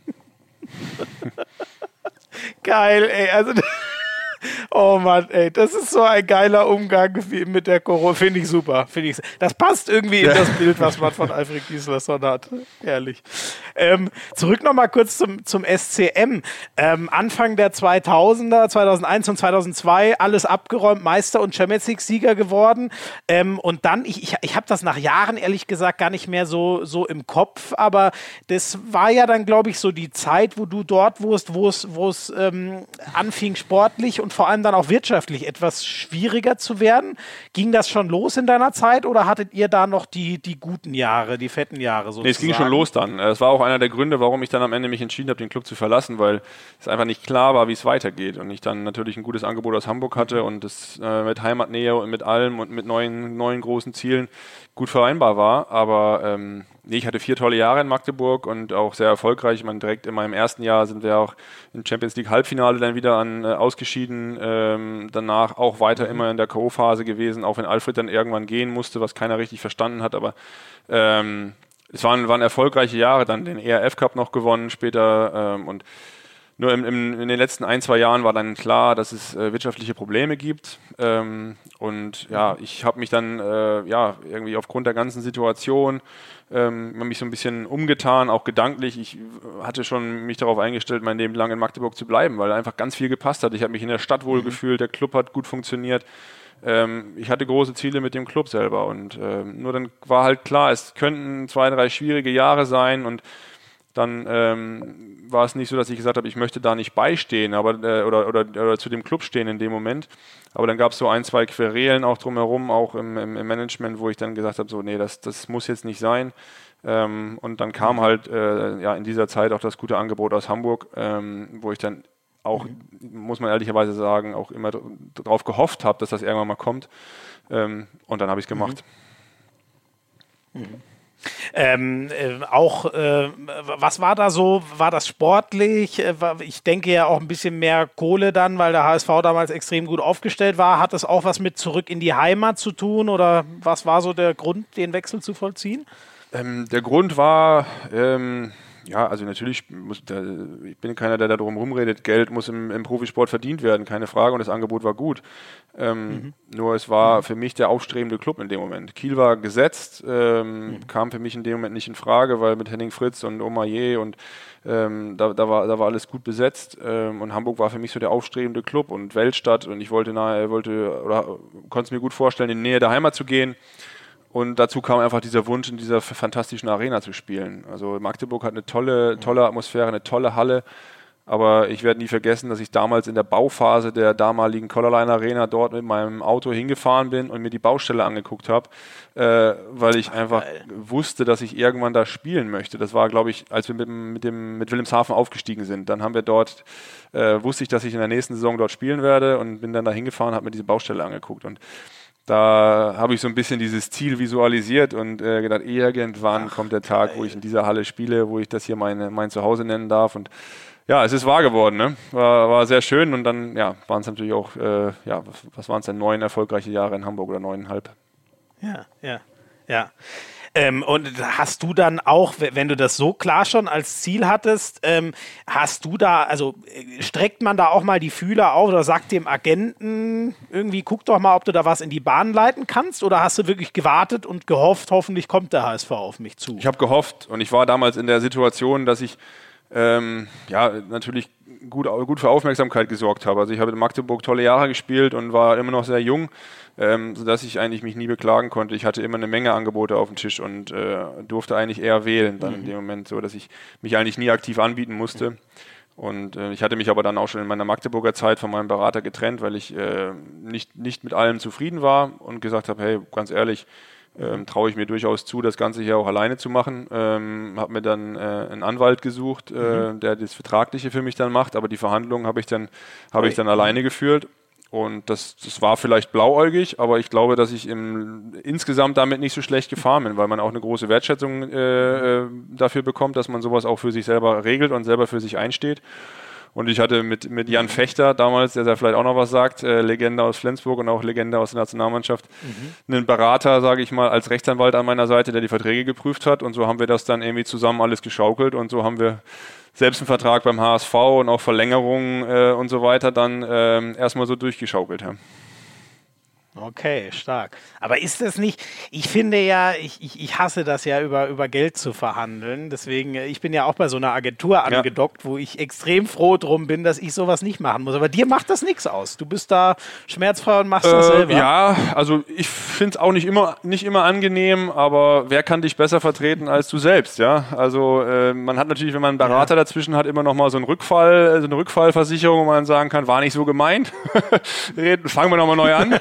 Geil, ey, also... Oh Mann, ey, das ist so ein geiler Umgang mit der Corona. Finde ich super. Das passt irgendwie in das Bild, was man von Alfred Gislason hat. Herrlich. Zurück nochmal kurz zum SCM. Anfang der 2000er, 2001 und 2002, alles abgeräumt, Meister und Champions League-Sieger geworden. Und dann, ich habe das nach Jahren ehrlich gesagt gar nicht mehr so im Kopf, aber das war ja dann, glaube ich, so die Zeit, wo du dort warst, wo es anfing sportlich und vor allem dann auch wirtschaftlich etwas schwieriger zu werden. Ging das schon los in deiner Zeit oder hattet ihr da noch die guten Jahre, die fetten Jahre sozusagen? Nee, es ging schon los dann. Es war auch einer der Gründe, warum ich dann am Ende mich entschieden habe, den Club zu verlassen, weil es einfach nicht klar war, wie es weitergeht und ich dann natürlich ein gutes Angebot aus Hamburg hatte und es mit Heimatnähe und mit allem und mit neuen großen Zielen gut vereinbar war, aber ich hatte 4 tolle Jahre in Magdeburg und auch sehr erfolgreich. Ich meine, direkt in meinem ersten Jahr sind wir auch im Champions League Halbfinale dann wieder ausgeschieden danach auch weiter immer in der K.O.-Phase gewesen, auch wenn Alfred dann irgendwann gehen musste, was keiner richtig verstanden hat, aber es waren erfolgreiche Jahre, dann den ERF Cup noch gewonnen später und nur in den letzten 1-2 Jahren war dann klar, dass es wirtschaftliche Probleme gibt und ja, ich habe mich dann irgendwie aufgrund der ganzen Situation mich so ein bisschen umgetan, auch gedanklich. Ich hatte schon mich darauf eingestellt, mein Leben lang in Magdeburg zu bleiben, weil einfach ganz viel gepasst hat. Ich habe mich in der Stadt wohl gefühlt, der Club hat gut funktioniert. Ich hatte große Ziele mit dem Club selber und nur dann war halt klar, es könnten 2-3 schwierige Jahre sein und dann war es nicht so, dass ich gesagt habe, ich möchte da nicht beistehen, aber oder zu dem Club stehen in dem Moment. Aber dann gab es so 1-2 Querelen auch drumherum, auch im Management, wo ich dann gesagt habe, so nee, das muss jetzt nicht sein. Und dann kam halt in dieser Zeit auch das gute Angebot aus Hamburg, wo ich dann auch, muss man ehrlicherweise sagen, auch immer darauf gehofft habe, dass das irgendwann mal kommt. Und dann habe ich es gemacht. Was war da so? War das sportlich? Ich denke ja auch ein bisschen mehr Kohle dann, weil der HSV damals extrem gut aufgestellt war. Hat das auch was mit zurück in die Heimat zu tun oder was war so der Grund, den Wechsel zu vollziehen? Der Grund war, also natürlich, ich bin keiner, der da drum rumredet, Geld muss im Profisport verdient werden, keine Frage, und das Angebot war gut. Nur es war für mich der aufstrebende Club in dem Moment. Kiel war gesetzt, kam für mich in dem Moment nicht in Frage, weil mit Henning Fritz und Omaye und da war alles gut besetzt und Hamburg war für mich so der aufstrebende Club und Weltstadt und ich konnte es mir gut vorstellen, in die Nähe der Heimat zu gehen. Und dazu kam einfach dieser Wunsch, in dieser fantastischen Arena zu spielen. Also Magdeburg hat eine tolle Atmosphäre, eine tolle Halle. Aber ich werde nie vergessen, dass ich damals in der Bauphase der damaligen Colorline Arena dort mit meinem Auto hingefahren bin und mir die Baustelle angeguckt habe, weil ich einfach wusste, dass ich irgendwann da spielen möchte. Das war, glaube ich, als wir mit Wilhelmshaven aufgestiegen sind. Dann haben wir dort, wusste ich, dass ich in der nächsten Saison dort spielen werde und bin dann da hingefahren, habe mir diese Baustelle angeguckt und da habe ich so ein bisschen dieses Ziel visualisiert und gedacht, irgendwann kommt der Tag, wo ich in dieser Halle spiele, wo ich das hier mein Zuhause nennen darf. Und ja, es ist wahr geworden, ne? War sehr schön und dann waren es natürlich auch, was waren es denn, 9 erfolgreiche Jahre in Hamburg oder 9,5. Ja. Und hast du dann auch, wenn du das so klar schon als Ziel hattest, hast du da, also streckt man da auch mal die Fühler auf oder sagt dem Agenten irgendwie, guck doch mal, ob du da was in die Bahn leiten kannst, oder hast du wirklich gewartet und gehofft, hoffentlich kommt der HSV auf mich zu? Ich habe gehofft und ich war damals in der Situation, dass ich natürlich gut für Aufmerksamkeit gesorgt habe. Also ich habe in Magdeburg tolle Jahre gespielt und war immer noch sehr jung, sodass ich eigentlich mich nie beklagen konnte. Ich hatte immer eine Menge Angebote auf dem Tisch und durfte eigentlich eher wählen dann in dem Moment, so dass ich mich eigentlich nie aktiv anbieten musste. Und ich hatte mich aber dann auch schon in meiner Magdeburger Zeit von meinem Berater getrennt, weil ich nicht mit allem zufrieden war und gesagt habe, hey, ganz ehrlich, traue ich mir durchaus zu, das Ganze hier auch alleine zu machen. Habe mir dann einen Anwalt gesucht, der das Vertragliche für mich dann macht, aber die Verhandlungen habe ich dann alleine geführt. Und das war vielleicht blauäugig, aber ich glaube, dass ich insgesamt damit nicht so schlecht gefahren bin, weil man auch eine große Wertschätzung dafür bekommt, dass man sowas auch für sich selber regelt und selber für sich einsteht. Und ich hatte mit Jan Fechter damals, der vielleicht auch noch was sagt, Legende aus Flensburg und auch Legende aus der Nationalmannschaft, einen Berater, sage ich mal, als Rechtsanwalt an meiner Seite, der die Verträge geprüft hat. Und so haben wir das dann irgendwie zusammen alles geschaukelt. Und so haben wir selbst einen Vertrag beim HSV und auch Verlängerungen und so weiter dann erstmal so durchgeschaukelt. Ja. Okay, stark. Aber ist das nicht, ich finde ja, ich hasse das ja, über Geld zu verhandeln. Deswegen, ich bin ja auch bei so einer Agentur angedockt, wo ich extrem froh drum bin, dass ich sowas nicht machen muss. Aber dir macht das nichts aus. Du bist da schmerzfrei und machst das selber. Ja, also ich finde es auch nicht immer angenehm, aber wer kann dich besser vertreten als du selbst, ja? Also man hat natürlich, wenn man einen Berater dazwischen hat, immer noch mal so eine Rückfallversicherung, wo man sagen kann, war nicht so gemeint. Fangen wir nochmal neu an.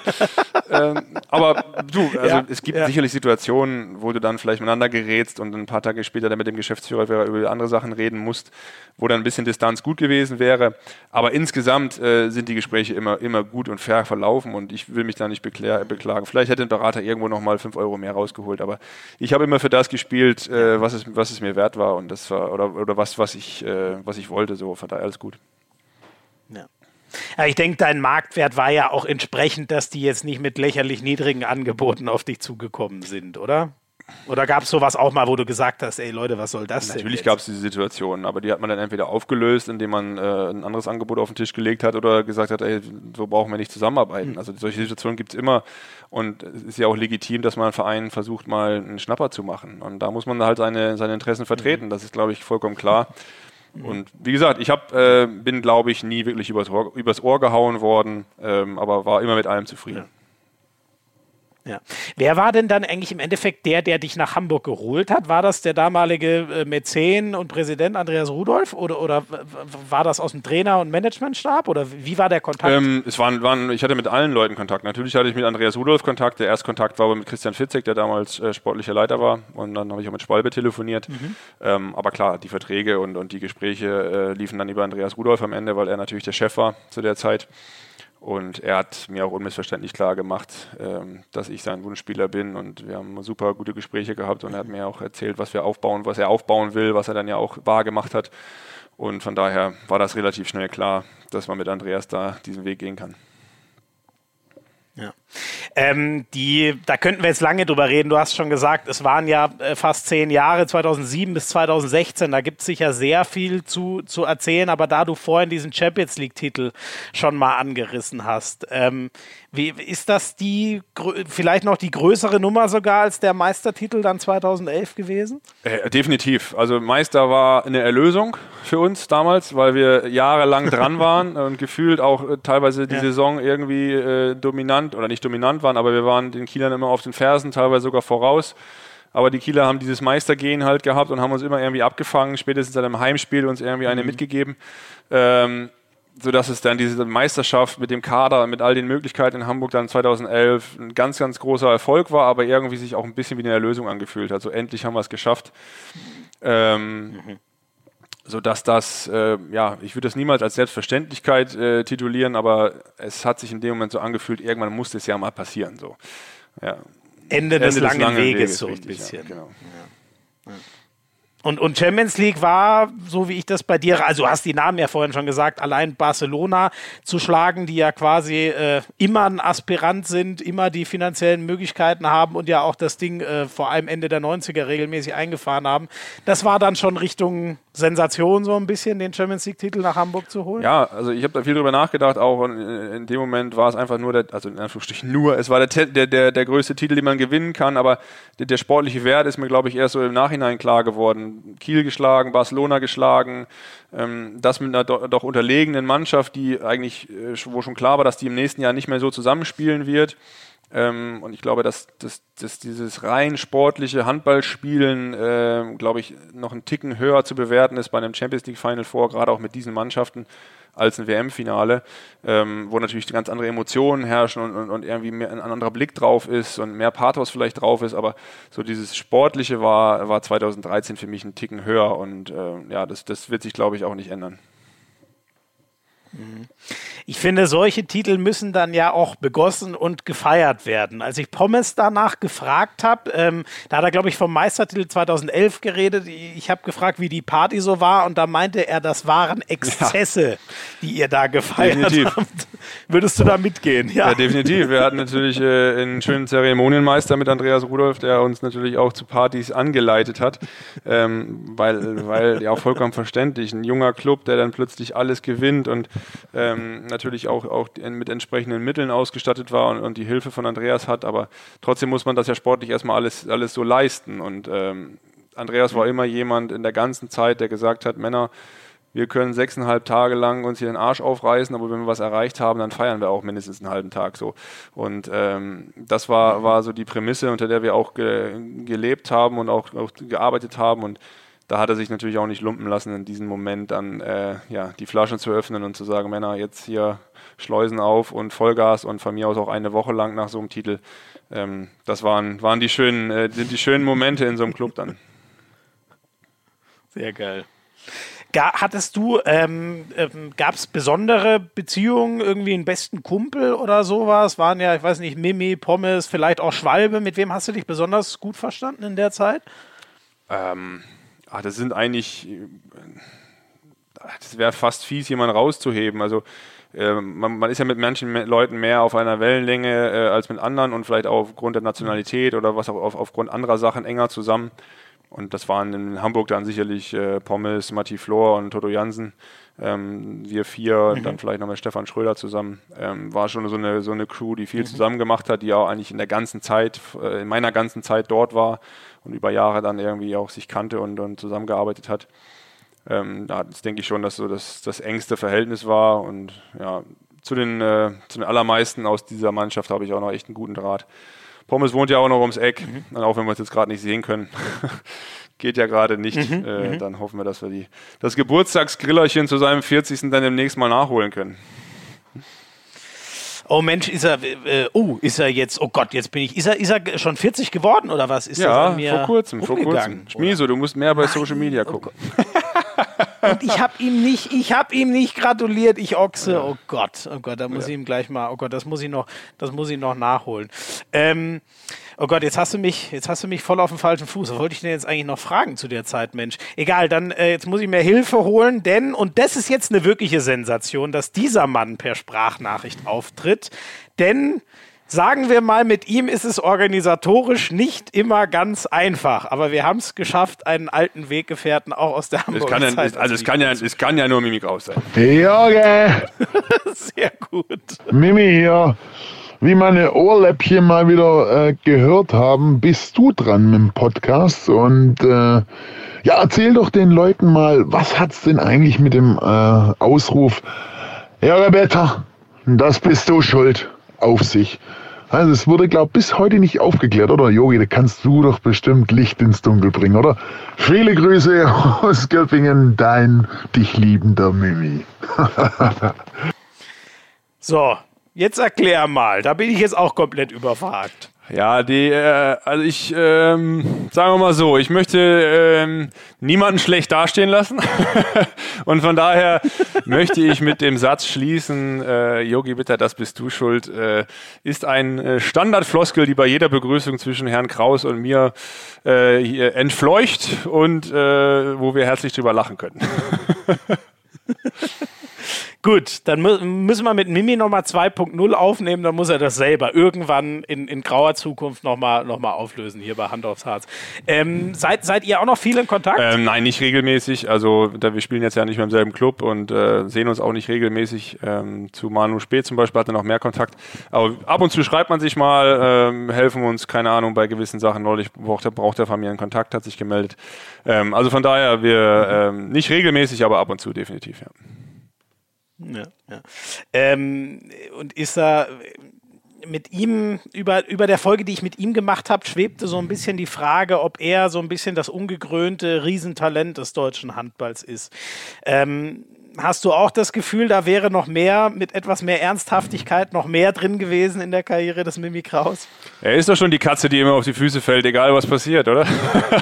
Aber es gibt sicherlich Situationen, wo du dann vielleicht miteinander gerätst und ein paar Tage später dann mit dem Geschäftsführer über andere Sachen reden musst, wo dann ein bisschen Distanz gut gewesen wäre. Aber insgesamt sind die Gespräche immer gut und fair verlaufen und ich will mich da nicht beklagen. Vielleicht hätte ein Berater irgendwo nochmal 5 Euro mehr rausgeholt, aber ich habe immer für das gespielt, was es mir wert war und das war oder was ich wollte. So, von daher alles gut. Ja. Ja, ich denke, dein Marktwert war ja auch entsprechend, dass die jetzt nicht mit lächerlich niedrigen Angeboten auf dich zugekommen sind, oder? Oder gab es sowas auch mal, wo du gesagt hast, ey Leute, was soll das denn? Natürlich gab es diese Situationen, aber die hat man dann entweder aufgelöst, indem man ein anderes Angebot auf den Tisch gelegt hat oder gesagt hat, ey, so brauchen wir nicht zusammenarbeiten. Also solche Situationen gibt es immer und es ist ja auch legitim, dass man einen Verein versucht, mal einen Schnapper zu machen. Und da muss man halt seine Interessen vertreten. Das ist, glaube ich, vollkommen klar. Und wie gesagt, ich bin, glaube ich, nie wirklich übers Ohr gehauen worden, aber war immer mit allem zufrieden. Ja. Ja. Wer war denn dann eigentlich im Endeffekt der dich nach Hamburg geholt hat? War das der damalige Mäzen und Präsident Andreas Rudolph oder war das aus dem Trainer- und Managementstab oder wie war der Kontakt? Ich hatte mit allen Leuten Kontakt. Natürlich hatte ich mit Andreas Rudolph Kontakt. Der Erstkontakt war aber mit Christian Fitzek, der damals sportlicher Leiter war. Und dann habe ich auch mit Schwalbe telefoniert. Aber klar, die Verträge und die Gespräche liefen dann über Andreas Rudolph am Ende, weil er natürlich der Chef war zu der Zeit. Und er hat mir auch unmissverständlich klar gemacht, dass ich sein Wunschspieler bin. Und wir haben super gute Gespräche gehabt und er hat mir auch erzählt, was er aufbauen will, was er dann ja auch wahr gemacht hat. Und von daher war das relativ schnell klar, dass man mit Andreas da diesen Weg gehen kann. Ja. Da könnten wir jetzt lange drüber reden. Du hast schon gesagt, es waren ja fast 10 Jahre, 2007 bis 2016. Da gibt es sicher sehr viel zu erzählen, aber da du vorhin diesen Champions League-Titel schon mal angerissen hast, wie ist das vielleicht noch die größere Nummer sogar als der Meistertitel dann 2011 gewesen? Definitiv. Also Meister war eine Erlösung für uns damals, weil wir jahrelang dran waren und gefühlt auch teilweise die Saison irgendwie dominant oder nicht dominant waren, aber wir waren den Kielern immer auf den Fersen, teilweise sogar voraus. Aber die Kieler haben dieses Meistergehen halt gehabt und haben uns immer irgendwie abgefangen, spätestens in einem Heimspiel uns irgendwie eine mitgegeben. Sodass es dann diese Meisterschaft mit dem Kader, mit all den Möglichkeiten in Hamburg dann 2011 ein ganz, ganz großer Erfolg war, aber irgendwie sich auch ein bisschen wie eine Erlösung angefühlt hat. So endlich haben wir es geschafft. Sodass das, ich würde das niemals als Selbstverständlichkeit titulieren, aber es hat sich in dem Moment so angefühlt, irgendwann muss das ja mal passieren. So. Ja. Ende des langen Weges so ein bisschen. Ja, genau. Ja. Und Champions League war, so wie ich das bei dir, also du hast die Namen ja vorhin schon gesagt, allein Barcelona zu schlagen, die ja quasi immer ein Aspirant sind, immer die finanziellen Möglichkeiten haben und ja auch das Ding vor allem Ende der 90er regelmäßig eingefahren haben. Das war dann schon Richtung Sensation so ein bisschen, den Champions League-Titel nach Hamburg zu holen? Ja, also ich habe da viel drüber nachgedacht auch und in dem Moment war es einfach nur, in Anführungsstrichen nur, es war der größte Titel, den man gewinnen kann, aber der sportliche Wert ist mir, glaube ich, erst so im Nachhinein klar geworden. Kiel geschlagen, Barcelona geschlagen, das mit einer doch unterlegenen Mannschaft, die eigentlich, wo schon klar war, dass die im nächsten Jahr nicht mehr so zusammenspielen wird. Und ich glaube, dass dieses rein sportliche Handballspielen, glaube ich, noch einen Ticken höher zu bewerten ist bei einem Champions League Final Four, gerade auch mit diesen Mannschaften, als ein WM-Finale, wo natürlich ganz andere Emotionen herrschen und irgendwie mehr ein anderer Blick drauf ist und mehr Pathos vielleicht drauf ist, aber so dieses Sportliche war 2013 für mich einen Ticken höher und das wird sich, glaube ich, auch nicht ändern. Ich finde, solche Titel müssen dann ja auch begossen und gefeiert werden. Als ich Pommes danach gefragt habe, da hat er, glaube ich, vom Meistertitel 2011 geredet. Ich habe gefragt, wie die Party so war und da meinte er, das waren Exzesse, die ihr da gefeiert habt. Würdest du da mitgehen? Ja, definitiv. Wir hatten natürlich einen schönen Zeremonienmeister mit Andreas Rudolph, der uns natürlich auch zu Partys angeleitet hat, weil ja auch vollkommen verständlich, ein junger Club, der dann plötzlich alles gewinnt und natürlich auch mit entsprechenden Mitteln ausgestattet war und die Hilfe von Andreas hat, aber trotzdem muss man das ja sportlich erstmal alles so leisten und Andreas war immer jemand in der ganzen Zeit, der gesagt hat, Männer, wir können 6,5 Tage lang uns hier den Arsch aufreißen, aber wenn wir was erreicht haben, dann feiern wir auch mindestens einen halben Tag so. Und das war so die Prämisse, unter der wir auch gelebt haben und auch gearbeitet haben und da hat er sich natürlich auch nicht lumpen lassen, in diesem Moment dann die Flaschen zu öffnen und zu sagen, Männer, jetzt hier Schleusen auf und Vollgas und von mir aus auch eine Woche lang nach so einem Titel. Das waren die schönen Momente in so einem Club dann. Sehr geil. Hattest du, gab es besondere Beziehungen, irgendwie einen besten Kumpel oder sowas? Waren ja, ich weiß nicht, Mimi, Pommes, vielleicht auch Schwalbe. Mit wem hast du dich besonders gut verstanden in der Zeit? Das sind eigentlich, das wäre fast fies, jemanden rauszuheben. Also man ist ja mit manchen Leuten mehr auf einer Wellenlänge als mit anderen und vielleicht auch aufgrund der Nationalität oder was auch aufgrund anderer Sachen enger zusammen. Und das waren in Hamburg dann sicherlich Pommes, Matti Flor und Toto Jansen. Wir vier und dann vielleicht noch mit Stefan Schröder zusammen. War schon so eine Crew, die viel zusammen gemacht hat, die auch eigentlich in meiner ganzen Zeit dort war und über Jahre dann irgendwie auch sich kannte und zusammengearbeitet hat. Da denke ich schon, dass so das engste Verhältnis war und ja, zu den allermeisten aus dieser Mannschaft habe ich auch noch echt einen guten Draht. Pommes wohnt ja auch noch ums Eck, auch wenn wir es jetzt gerade nicht sehen können. Geht ja gerade nicht. Dann hoffen wir, dass wir das Geburtstagsgrillerchen zu seinem 40. dann demnächst mal nachholen können. Oh Mensch, ist er jetzt, oh Gott, ist er schon 40 geworden oder was? Ja, vor kurzem. Schmieso, du musst mehr bei Social Media gucken. Und ich habe ihm nicht gratuliert, ich Ochse. Oh Gott, da muss ich ihm gleich mal, das muss ich noch nachholen. Oh Gott, jetzt hast du mich voll auf den falschen Fuß. Was wollte ich denn jetzt eigentlich noch fragen zu der Zeit, Mensch? Egal, dann jetzt muss ich mir Hilfe holen, denn, und das ist jetzt eine wirkliche Sensation, dass dieser Mann per Sprachnachricht auftritt, denn sagen wir mal, mit ihm ist es organisatorisch nicht immer ganz einfach, aber wir haben es geschafft, einen alten Weggefährten auch aus der Hamburger Zeit. Es kann ja nur Mimi Kraus sein. Jorge! Sehr gut. Mimi hier. Wie meine Ohrläppchen mal wieder gehört haben, bist du dran mit dem Podcast und erzähl doch den Leuten mal, was hat's denn eigentlich mit dem Ausruf Jorge Better, das bist du schuld, auf sich? Also es wurde, glaube ich, bis heute nicht aufgeklärt, oder Jogi? Da kannst du doch bestimmt Licht ins Dunkel bringen, oder? Viele Grüße aus Göppingen, dein dich liebender Mimi. So, jetzt erklär mal. Da bin ich jetzt auch komplett überfragt. Ja, also ich, sagen wir mal so, ich möchte niemanden schlecht dastehen lassen und von daher möchte ich mit dem Satz schließen, Yogi Bitter, das bist du schuld, ist ein Standardfloskel, die bei jeder Begrüßung zwischen Herrn Kraus und mir hier entfleucht und wo wir herzlich drüber lachen können. Gut, dann müssen wir mit Mimi nochmal 2.0 aufnehmen, dann muss er das selber irgendwann in grauer Zukunft nochmal auflösen, hier bei Hand aufs Herz. Seid ihr auch noch viel in Kontakt? Nein, nicht regelmäßig, also wir spielen jetzt ja nicht mehr im selben Club und sehen uns auch nicht regelmäßig. Zu Manu Spät zum Beispiel hat er noch mehr Kontakt, aber ab und zu schreibt man sich mal, helfen uns, keine Ahnung, bei gewissen Sachen. Neulich braucht er von mir einen Kontakt, hat sich gemeldet. Also von daher, wir nicht regelmäßig, aber ab und zu definitiv, ja. Ja. Und ist er mit ihm, über der Folge, die ich mit ihm gemacht habe, schwebte so ein bisschen die Frage, ob er so ein bisschen das ungekrönte Riesentalent des deutschen Handballs ist. Hast du auch das Gefühl, da wäre noch mehr, mit etwas mehr Ernsthaftigkeit, noch mehr drin gewesen in der Karriere des Mimi Kraus? Er ist doch schon die Katze, die immer auf die Füße fällt, egal was passiert, oder?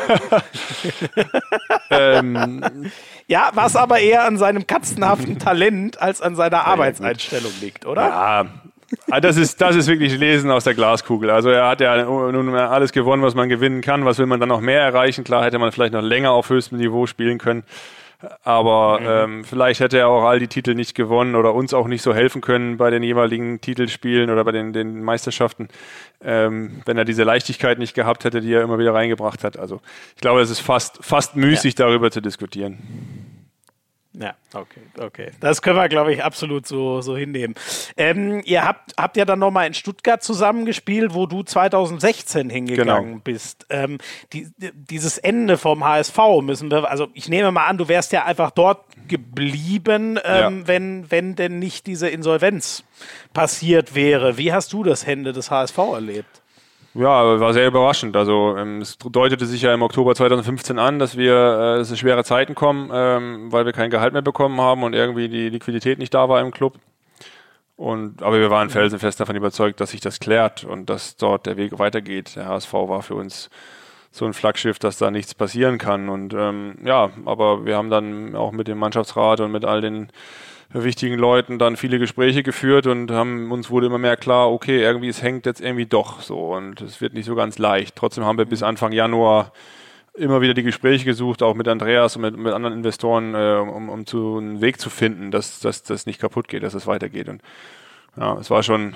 Ja, was aber eher an seinem katzenhaften Talent als an seiner Arbeitseinstellung liegt, oder? Ja, das ist wirklich Lesen aus der Glaskugel. Also er hat ja nun alles gewonnen, was man gewinnen kann. Was will man dann noch mehr erreichen? Klar hätte man vielleicht noch länger auf höchstem Niveau spielen können. Aber vielleicht hätte er auch all die Titel nicht gewonnen oder uns auch nicht so helfen können bei den jeweiligen Titelspielen oder bei den Meisterschaften, wenn er diese Leichtigkeit nicht gehabt hätte, die er immer wieder reingebracht hat. Also ich glaube, es ist fast müßig, darüber zu diskutieren. Ja, okay. Das können wir, glaube ich, absolut so hinnehmen. Ihr habt ja dann nochmal in Stuttgart zusammengespielt, wo du 2016 hingegangen bist. Dieses Ende vom HSV müssen wir, also ich nehme mal an, du wärst ja einfach dort geblieben, wenn denn nicht diese Insolvenz passiert wäre. Wie hast du das Ende des HSV erlebt? Ja, war sehr überraschend. Also es deutete sich ja im Oktober 2015 an, dass es schwere Zeiten kommen, weil wir kein Gehalt mehr bekommen haben und irgendwie die Liquidität nicht da war im Club. Aber wir waren felsenfest davon überzeugt, dass sich das klärt und dass dort der Weg weitergeht. Der HSV war für uns so ein Flaggschiff, dass da nichts passieren kann. Und aber wir haben dann auch mit dem Mannschaftsrat und mit all den wichtigen Leuten dann viele Gespräche geführt und uns wurde immer mehr klar, okay, irgendwie es hängt jetzt irgendwie doch so und es wird nicht so ganz leicht. Trotzdem haben wir bis Anfang Januar immer wieder die Gespräche gesucht, auch mit Andreas und mit anderen Investoren, um einen Weg zu finden, dass das nicht kaputt geht, dass es weitergeht. Und ja, es war schon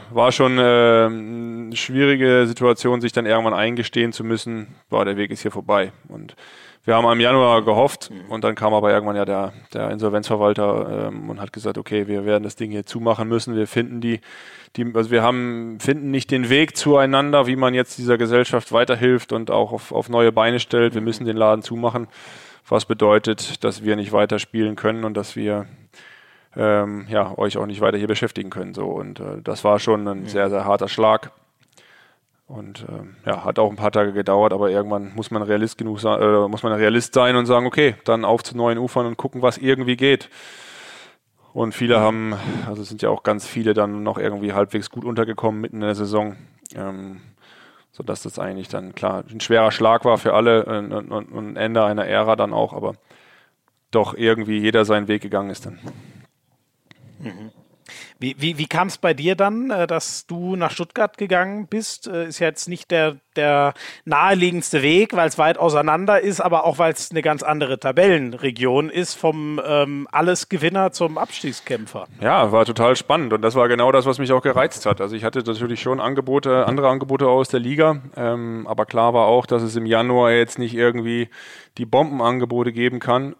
eine schwierige Situation, sich dann irgendwann eingestehen zu müssen, der Weg ist hier vorbei. Und wir haben im Januar gehofft und dann kam aber irgendwann ja der Insolvenzverwalter und hat gesagt, okay, wir werden das Ding hier zumachen müssen. Wir finden finden nicht den Weg zueinander, wie man jetzt dieser Gesellschaft weiterhilft und auch auf neue Beine stellt. Wir müssen den Laden zumachen, was bedeutet, dass wir nicht weiterspielen können und dass wir euch auch nicht weiter hier beschäftigen können. So. Und das war schon ein sehr, sehr harter Schlag. Und hat auch ein paar Tage gedauert, aber irgendwann muss man Realist sein und sagen, okay, dann auf zu neuen Ufern und gucken, was irgendwie geht. Und viele es sind ja auch ganz viele dann noch irgendwie halbwegs gut untergekommen mitten in der Saison, sodass das eigentlich dann klar ein schwerer Schlag war für alle und ein Ende einer Ära dann auch, aber doch irgendwie jeder seinen Weg gegangen ist dann. Mhm. Wie kam es bei dir dann, dass du nach Stuttgart gegangen bist? Ist ja jetzt nicht der naheliegendste Weg, weil es weit auseinander ist, aber auch weil es eine ganz andere Tabellenregion ist, vom Allesgewinner zum Abstiegskämpfer. Ja, war total spannend und das war genau das, was mich auch gereizt hat. Also ich hatte natürlich schon andere Angebote aus der Liga, aber klar war auch, dass es im Januar jetzt nicht irgendwie die Bombenangebote geben kann.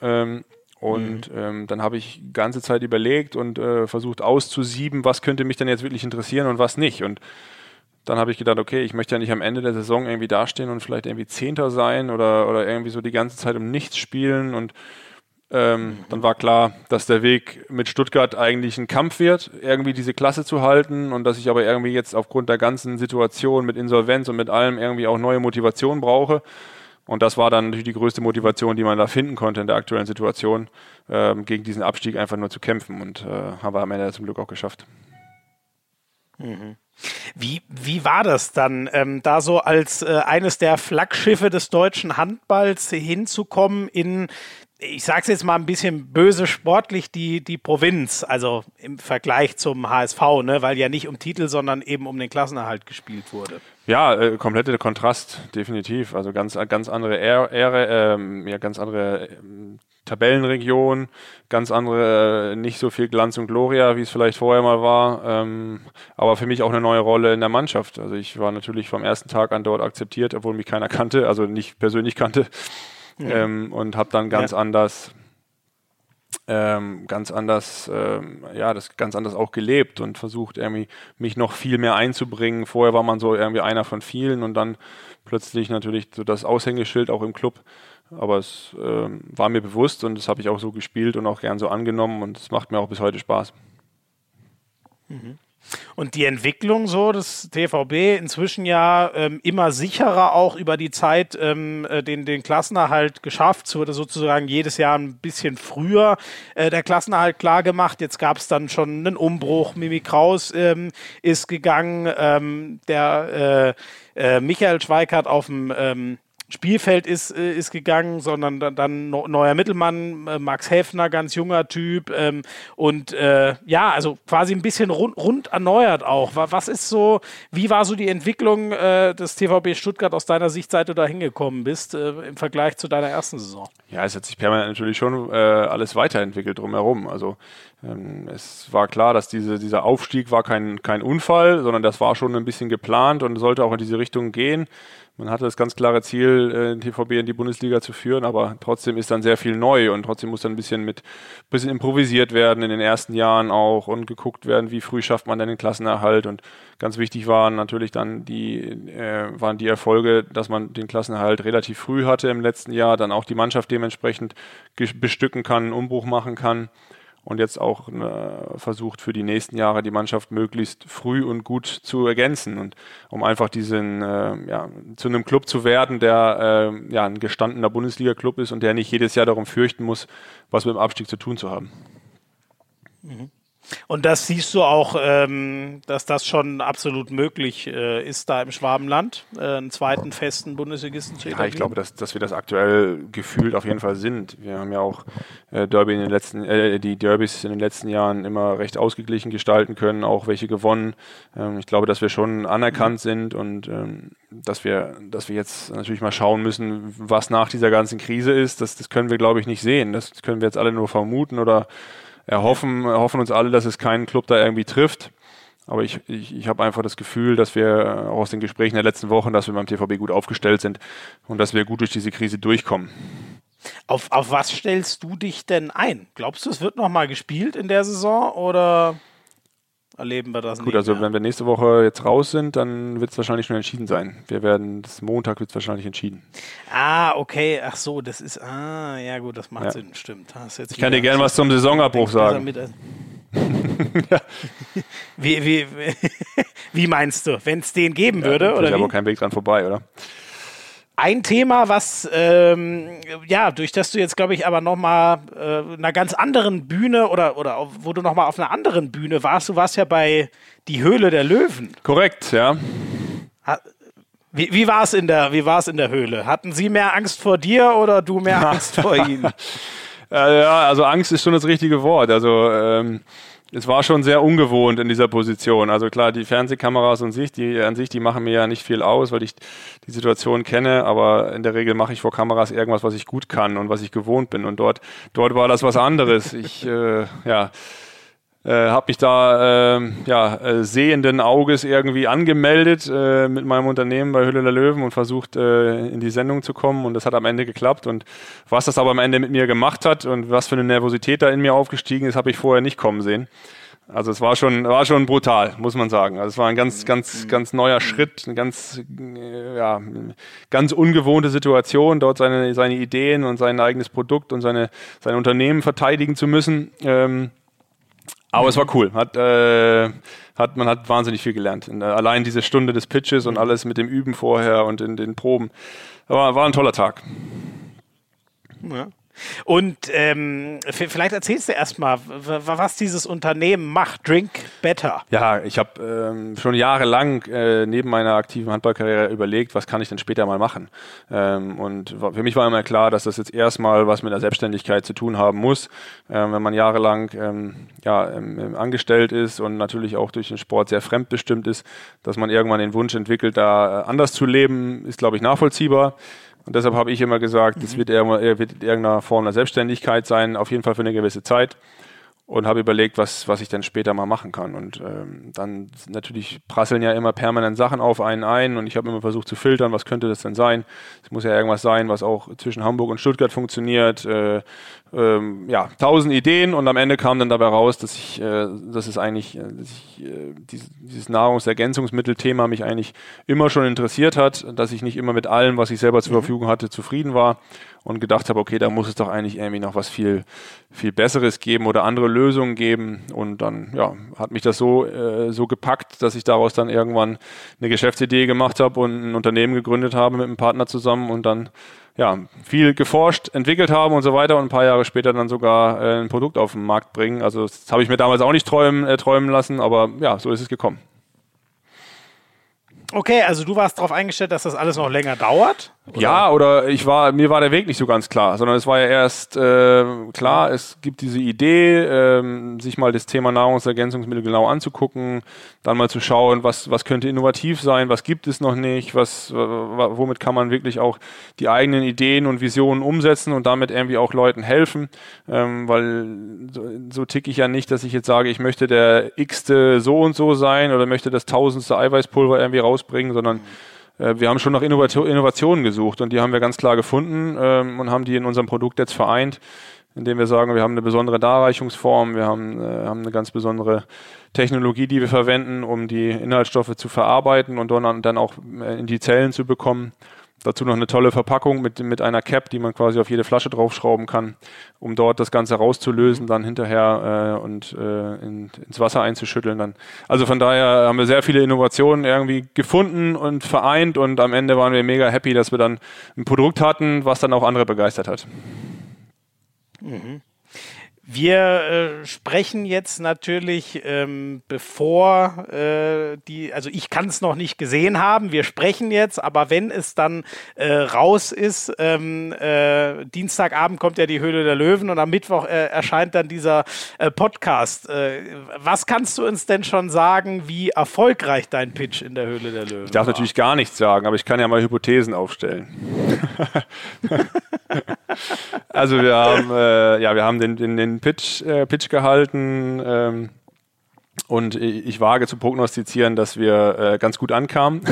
Dann habe ich die ganze Zeit überlegt und versucht auszusieben, was könnte mich denn jetzt wirklich interessieren und was nicht. Und dann habe ich gedacht, okay, ich möchte ja nicht am Ende der Saison irgendwie dastehen und vielleicht irgendwie Zehnter sein oder irgendwie so die ganze Zeit um nichts spielen. Und dann war klar, dass der Weg mit Stuttgart eigentlich ein Kampf wird, irgendwie diese Klasse zu halten und dass ich aber irgendwie jetzt aufgrund der ganzen Situation mit Insolvenz und mit allem irgendwie auch neue Motivation brauche. Und das war dann natürlich die größte Motivation, die man da finden konnte in der aktuellen Situation, gegen diesen Abstieg einfach nur zu kämpfen. Und haben wir am Ende zum Glück auch geschafft. Mhm. Wie war das dann, da so als eines der Flaggschiffe des deutschen Handballs hinzukommen in, ich sag's jetzt mal ein bisschen böse sportlich, die Provinz, also im Vergleich zum HSV, ne, weil ja nicht um Titel, sondern eben um den Klassenerhalt gespielt wurde? Ja, kompletter Kontrast, definitiv. Also ganz andere Ära, ganz andere Tabellenregion, ganz andere, nicht so viel Glanz und Gloria, wie es vielleicht vorher mal war, aber für mich auch eine neue Rolle in der Mannschaft. Also ich war natürlich vom ersten Tag an dort akzeptiert, obwohl mich keiner kannte, also nicht persönlich kannte, und habe dann das ganz anders auch gelebt und versucht irgendwie mich noch viel mehr einzubringen. Vorher war man so irgendwie einer von vielen und dann plötzlich natürlich so das Aushängeschild auch im Club. Aber es war mir bewusst und das habe ich auch so gespielt und auch gern so angenommen und es macht mir auch bis heute Spaß. Mhm. Und die Entwicklung so des TVB inzwischen ja immer sicherer auch über die Zeit den Klassenerhalt geschafft. Es wurde sozusagen jedes Jahr ein bisschen früher der Klassenerhalt klar gemacht. Jetzt gab es dann schon einen Umbruch. Mimi Kraus ist gegangen. Der Michael Schweikart auf dem Spielfeld ist gegangen, sondern dann neuer Mittelmann, Max Häfner, ganz junger Typ also quasi ein bisschen rund erneuert auch. Was ist so, wie war so die Entwicklung des TVB Stuttgart aus deiner Sicht, seit du da hingekommen bist, im Vergleich zu deiner ersten Saison? Ja, es hat sich permanent natürlich schon alles weiterentwickelt drumherum. Also es war klar, dass dieser Aufstieg war kein Unfall, sondern das war schon ein bisschen geplant und sollte auch in diese Richtung gehen. Man hatte das ganz klare Ziel, den TVB in die Bundesliga zu führen, aber trotzdem ist dann sehr viel neu und trotzdem muss dann ein bisschen improvisiert werden in den ersten Jahren auch und geguckt werden, wie früh schafft man denn den Klassenerhalt. Und ganz wichtig waren natürlich dann die Erfolge, dass man den Klassenerhalt relativ früh hatte im letzten Jahr, dann auch die Mannschaft dementsprechend bestücken kann, einen Umbruch machen kann. Und jetzt auch versucht für die nächsten Jahre die Mannschaft möglichst früh und gut zu ergänzen und um einfach zu einem Club zu werden, der ein gestandener Bundesliga-Club ist und der nicht jedes Jahr darum fürchten muss, was mit dem Abstieg zu tun zu haben. Mhm. Und das siehst du auch, dass das schon absolut möglich ist, da im Schwabenland einen zweiten festen Bundesligisten zu etablieren? Ja, ich glaube, dass wir das aktuell gefühlt auf jeden Fall sind. Wir haben ja auch die Derbys in den letzten Jahren immer recht ausgeglichen gestalten können, auch welche gewonnen. Ich glaube, dass wir schon anerkannt sind und dass wir jetzt natürlich mal schauen müssen, was nach dieser ganzen Krise ist. Das können wir, glaube ich, nicht sehen. Das können wir jetzt alle nur vermuten oder erhoffen uns alle, dass es keinen Club da irgendwie trifft. Aber ich habe einfach das Gefühl, dass wir auch aus den Gesprächen der letzten Wochen, dass wir beim TVB gut aufgestellt sind und dass wir gut durch diese Krise durchkommen. Auf was stellst du dich denn ein? Glaubst du, es wird nochmal gespielt in der Saison oder erleben wir das nicht? Gut, also wenn wir nächste Woche jetzt raus sind, dann wird es wahrscheinlich schon entschieden sein. Montag wird es wahrscheinlich entschieden. Ah, okay, ach so, das ist, ja gut, das macht Sinn, stimmt. Ich kann dir gerne was zum Saisonabbruch sagen. Ja. Wie meinst du, wenn es den geben würde? Da oder ist aber kein Weg dran vorbei, oder? Ein Thema, was, durch das du jetzt, glaube ich, aber nochmal einer ganz anderen Bühne oder wo du nochmal auf einer anderen Bühne warst, du warst ja bei Die Höhle der Löwen. Korrekt, ja. Wie war es in der Höhle? Hatten sie mehr Angst vor dir oder du mehr Angst vor ihnen? Ja, also Angst ist schon das richtige Wort. Also es war schon sehr ungewohnt in dieser Position. Also klar, die Fernsehkameras an sich, die machen mir ja nicht viel aus, weil ich die Situation kenne, aber in der Regel mache ich vor Kameras irgendwas, was ich gut kann und was ich gewohnt bin. Und dort war das was anderes. Ich habe mich da sehenden Auges irgendwie angemeldet mit meinem Unternehmen bei Höhle der Löwen und versucht in die Sendung zu kommen und das hat am Ende geklappt und was das aber am Ende mit mir gemacht hat und was für eine Nervosität da in mir aufgestiegen ist, habe ich vorher nicht kommen sehen. Also es war schon brutal, muss man sagen. Also es war ein ganz neuer Schritt, eine ganz ungewohnte Situation, dort seine Ideen und sein eigenes Produkt und sein Unternehmen verteidigen zu müssen. Aber es war cool. Man hat wahnsinnig viel gelernt. Allein diese Stunde des Pitches und alles mit dem Üben vorher und in den Proben. War ein toller Tag. Ja. Und vielleicht erzählst du erstmal, was dieses Unternehmen macht, Drink Better. Ja, ich habe schon jahrelang neben meiner aktiven Handballkarriere überlegt, was kann ich denn später mal machen. Und für mich war immer klar, dass das jetzt erstmal was mit der Selbstständigkeit zu tun haben muss. Wenn man jahrelang angestellt ist und natürlich auch durch den Sport sehr fremdbestimmt ist, dass man irgendwann den Wunsch entwickelt, da anders zu leben, ist, glaube ich, nachvollziehbar. Und deshalb habe ich immer gesagt, es wird irgendeiner Form der Selbstständigkeit sein, auf jeden Fall für eine gewisse Zeit. Und habe überlegt, was ich dann später mal machen kann. Und dann natürlich prasseln ja immer permanent Sachen auf einen ein. Und ich habe immer versucht zu filtern, was könnte das denn sein? Es muss ja irgendwas sein, was auch zwischen Hamburg und Stuttgart funktioniert. 1000 Ideen. Und am Ende kam dann dabei raus, dass dieses Nahrungsergänzungsmittel-Thema mich eigentlich immer schon interessiert hat. Dass ich nicht immer mit allem, was ich selber zur Verfügung hatte, zufrieden war. Und gedacht habe, okay, da muss es doch eigentlich irgendwie noch was viel, viel Besseres geben oder andere Lösungen geben. Und dann hat mich das so gepackt, dass ich daraus dann irgendwann eine Geschäftsidee gemacht habe und ein Unternehmen gegründet habe mit einem Partner zusammen und dann viel geforscht, entwickelt haben und so weiter und ein paar Jahre später dann sogar ein Produkt auf den Markt bringen. Also das habe ich mir damals auch nicht träumen lassen, aber so ist es gekommen. Okay, also du warst darauf eingestellt, dass das alles noch länger dauert? Oder? Ja, oder mir war der Weg nicht so ganz klar, sondern es war ja erst klar, es gibt diese Idee, sich mal das Thema Nahrungsergänzungsmittel genau anzugucken, dann mal zu schauen, was könnte innovativ sein, was gibt es noch nicht, womit kann man wirklich auch die eigenen Ideen und Visionen umsetzen und damit irgendwie auch Leuten helfen, weil so ticke ich ja nicht, dass ich jetzt sage, ich möchte der x-te so und so sein oder möchte das 1000. Eiweißpulver irgendwie rausbringen, sondern wir haben schon nach Innovationen gesucht und die haben wir ganz klar gefunden und haben die in unserem Produkt jetzt vereint, indem wir sagen, wir haben eine besondere Darreichungsform, wir haben eine ganz besondere Technologie, die wir verwenden, um die Inhaltsstoffe zu verarbeiten und dann auch in die Zellen zu bekommen. Dazu noch eine tolle Verpackung mit einer Cap, die man quasi auf jede Flasche draufschrauben kann, um dort das Ganze rauszulösen, dann hinterher ins Wasser einzuschütteln. Dann. Also von daher haben wir sehr viele Innovationen irgendwie gefunden und vereint und am Ende waren wir mega happy, dass wir dann ein Produkt hatten, was dann auch andere begeistert hat. Mhm. Wir sprechen jetzt natürlich, bevor also ich kann es noch nicht gesehen haben, wir sprechen jetzt, aber wenn es dann raus ist, Dienstagabend kommt ja die Höhle der Löwen und am Mittwoch erscheint dann dieser Podcast. Was kannst du uns denn schon sagen, wie erfolgreich dein Pitch in der Höhle der Löwen Ich darf natürlich gar nichts sagen, aber ich kann ja mal Hypothesen aufstellen. Also wir haben den Pitch gehalten und ich wage zu prognostizieren, dass wir ganz gut ankamen.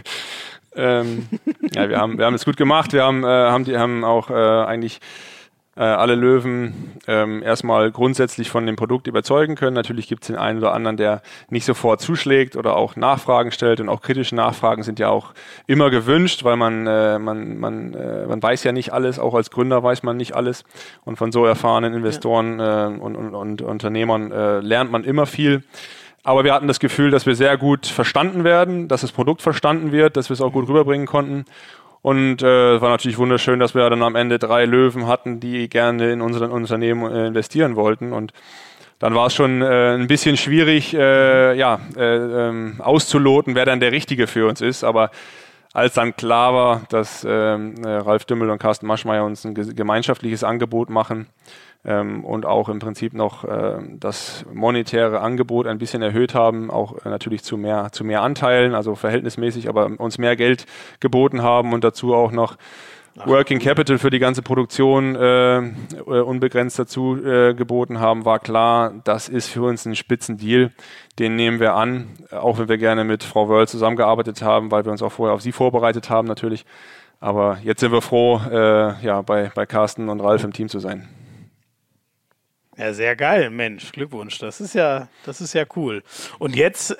Wir haben es gut gemacht. Wir haben auch eigentlich alle Löwen erstmal grundsätzlich von dem Produkt überzeugen können. Natürlich gibt es den einen oder anderen, der nicht sofort zuschlägt oder auch Nachfragen stellt, und auch kritische Nachfragen sind ja auch immer gewünscht, weil man weiß ja nicht alles, auch als Gründer weiß man nicht alles, und von so erfahrenen Investoren und Unternehmern lernt man immer viel. Aber wir hatten das Gefühl, dass wir sehr gut verstanden werden, dass das Produkt verstanden wird, dass wir es auch gut rüberbringen konnten. Und es war natürlich wunderschön, dass wir dann am Ende 3 Löwen hatten, die gerne in unseren Unternehmen investieren wollten. Und dann war es schon ein bisschen schwierig, auszuloten, wer dann der Richtige für uns ist. Aber als dann klar war, dass Ralf Dümmel und Carsten Maschmeyer uns ein gemeinschaftliches Angebot machen, und auch im Prinzip noch das monetäre Angebot ein bisschen erhöht haben, auch natürlich zu mehr Anteilen, also verhältnismäßig, aber uns mehr Geld geboten haben und dazu auch noch Working Capital für die ganze Produktion unbegrenzt dazu geboten haben, war klar, das ist für uns ein Spitzendeal, den nehmen wir an, auch wenn wir gerne mit Frau Wörl zusammengearbeitet haben, weil wir uns auch vorher auf sie vorbereitet haben natürlich, aber jetzt sind wir froh, bei Carsten und Ralf im Team zu sein. Ja, sehr geil, Mensch, Glückwunsch, das ist ja cool. Und jetzt,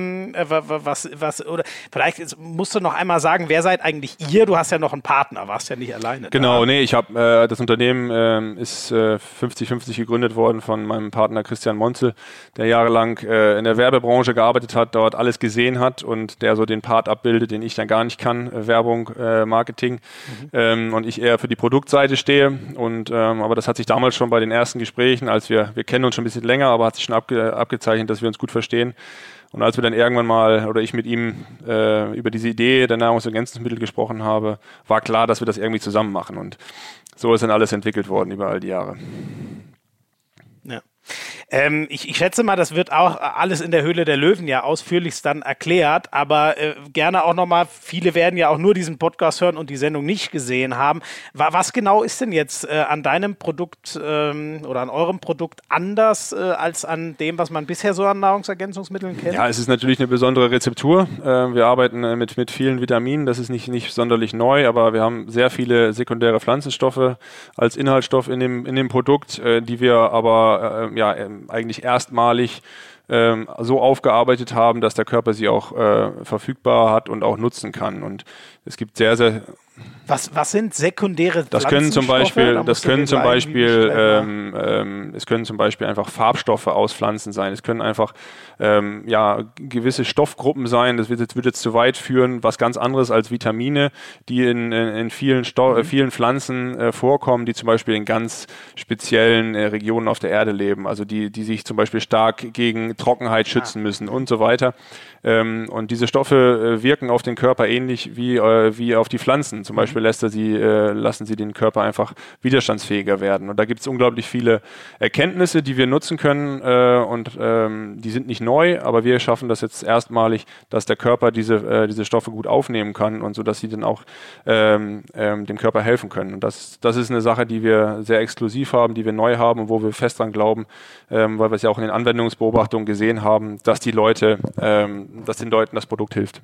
oder vielleicht musst du noch einmal sagen, wer seid eigentlich ihr? Du hast ja noch einen Partner, warst ja nicht alleine. Genau, nee, ich habe, das Unternehmen ist 50-50 gegründet worden von meinem Partner Christian Monzel, der jahrelang in der Werbebranche gearbeitet hat, dort alles gesehen hat und der so den Part abbildet, den ich dann gar nicht kann, Werbung, Marketing, und ich eher für die Produktseite stehe, und aber das hat sich damals schon bei den ersten Gesprächen, als wir kennen uns schon ein bisschen länger, aber hat sich schon abgezeichnet, dass wir uns gut verstehen. Und als wir dann irgendwann mal, oder ich mit ihm über diese Idee der Nahrungsergänzungsmittel gesprochen habe, war klar, dass wir das irgendwie zusammen machen. Und so ist dann alles entwickelt worden über all die Jahre. Ja. Ich schätze mal, das wird auch alles in der Höhle der Löwen ja ausführlichst dann erklärt, aber gerne auch nochmal, viele werden ja auch nur diesen Podcast hören und die Sendung nicht gesehen haben. Was genau ist denn jetzt an deinem Produkt oder an eurem Produkt anders als an dem, was man bisher so an Nahrungsergänzungsmitteln kennt? Ja, es ist natürlich eine besondere Rezeptur. Wir arbeiten mit vielen Vitaminen, das ist nicht sonderlich neu, aber wir haben sehr viele sekundäre Pflanzenstoffe als Inhaltsstoff in dem Produkt, die wir aber eigentlich erstmalig so aufgearbeitet haben, dass der Körper sie auch verfügbar hat und auch nutzen kann. Und es gibt sehr, sehr... Was sind sekundäre Das können zum Beispiel einfach Farbstoffe aus Pflanzen sein. Es können einfach gewisse Stoffgruppen sein. Das wird jetzt zu weit führen. Was ganz anderes als Vitamine, die in vielen Pflanzen vorkommen, die zum Beispiel in ganz speziellen Regionen auf der Erde leben. Also die sich zum Beispiel stark gegen Trockenheit schützen müssen und so weiter. Und diese Stoffe wirken auf den Körper ähnlich wie auf die Pflanzen. Zum Beispiel lassen sie den Körper einfach widerstandsfähiger werden. Und da gibt es unglaublich viele Erkenntnisse, die wir nutzen können, und die sind nicht neu, aber wir schaffen das jetzt erstmalig, dass der Körper diese Stoffe gut aufnehmen kann und so, dass sie dann auch dem Körper helfen können. Und das ist eine Sache, die wir sehr exklusiv haben, die wir neu haben und wo wir fest dran glauben, weil wir es ja auch in den Anwendungsbeobachtungen gesehen haben, dass den Leuten das Produkt hilft.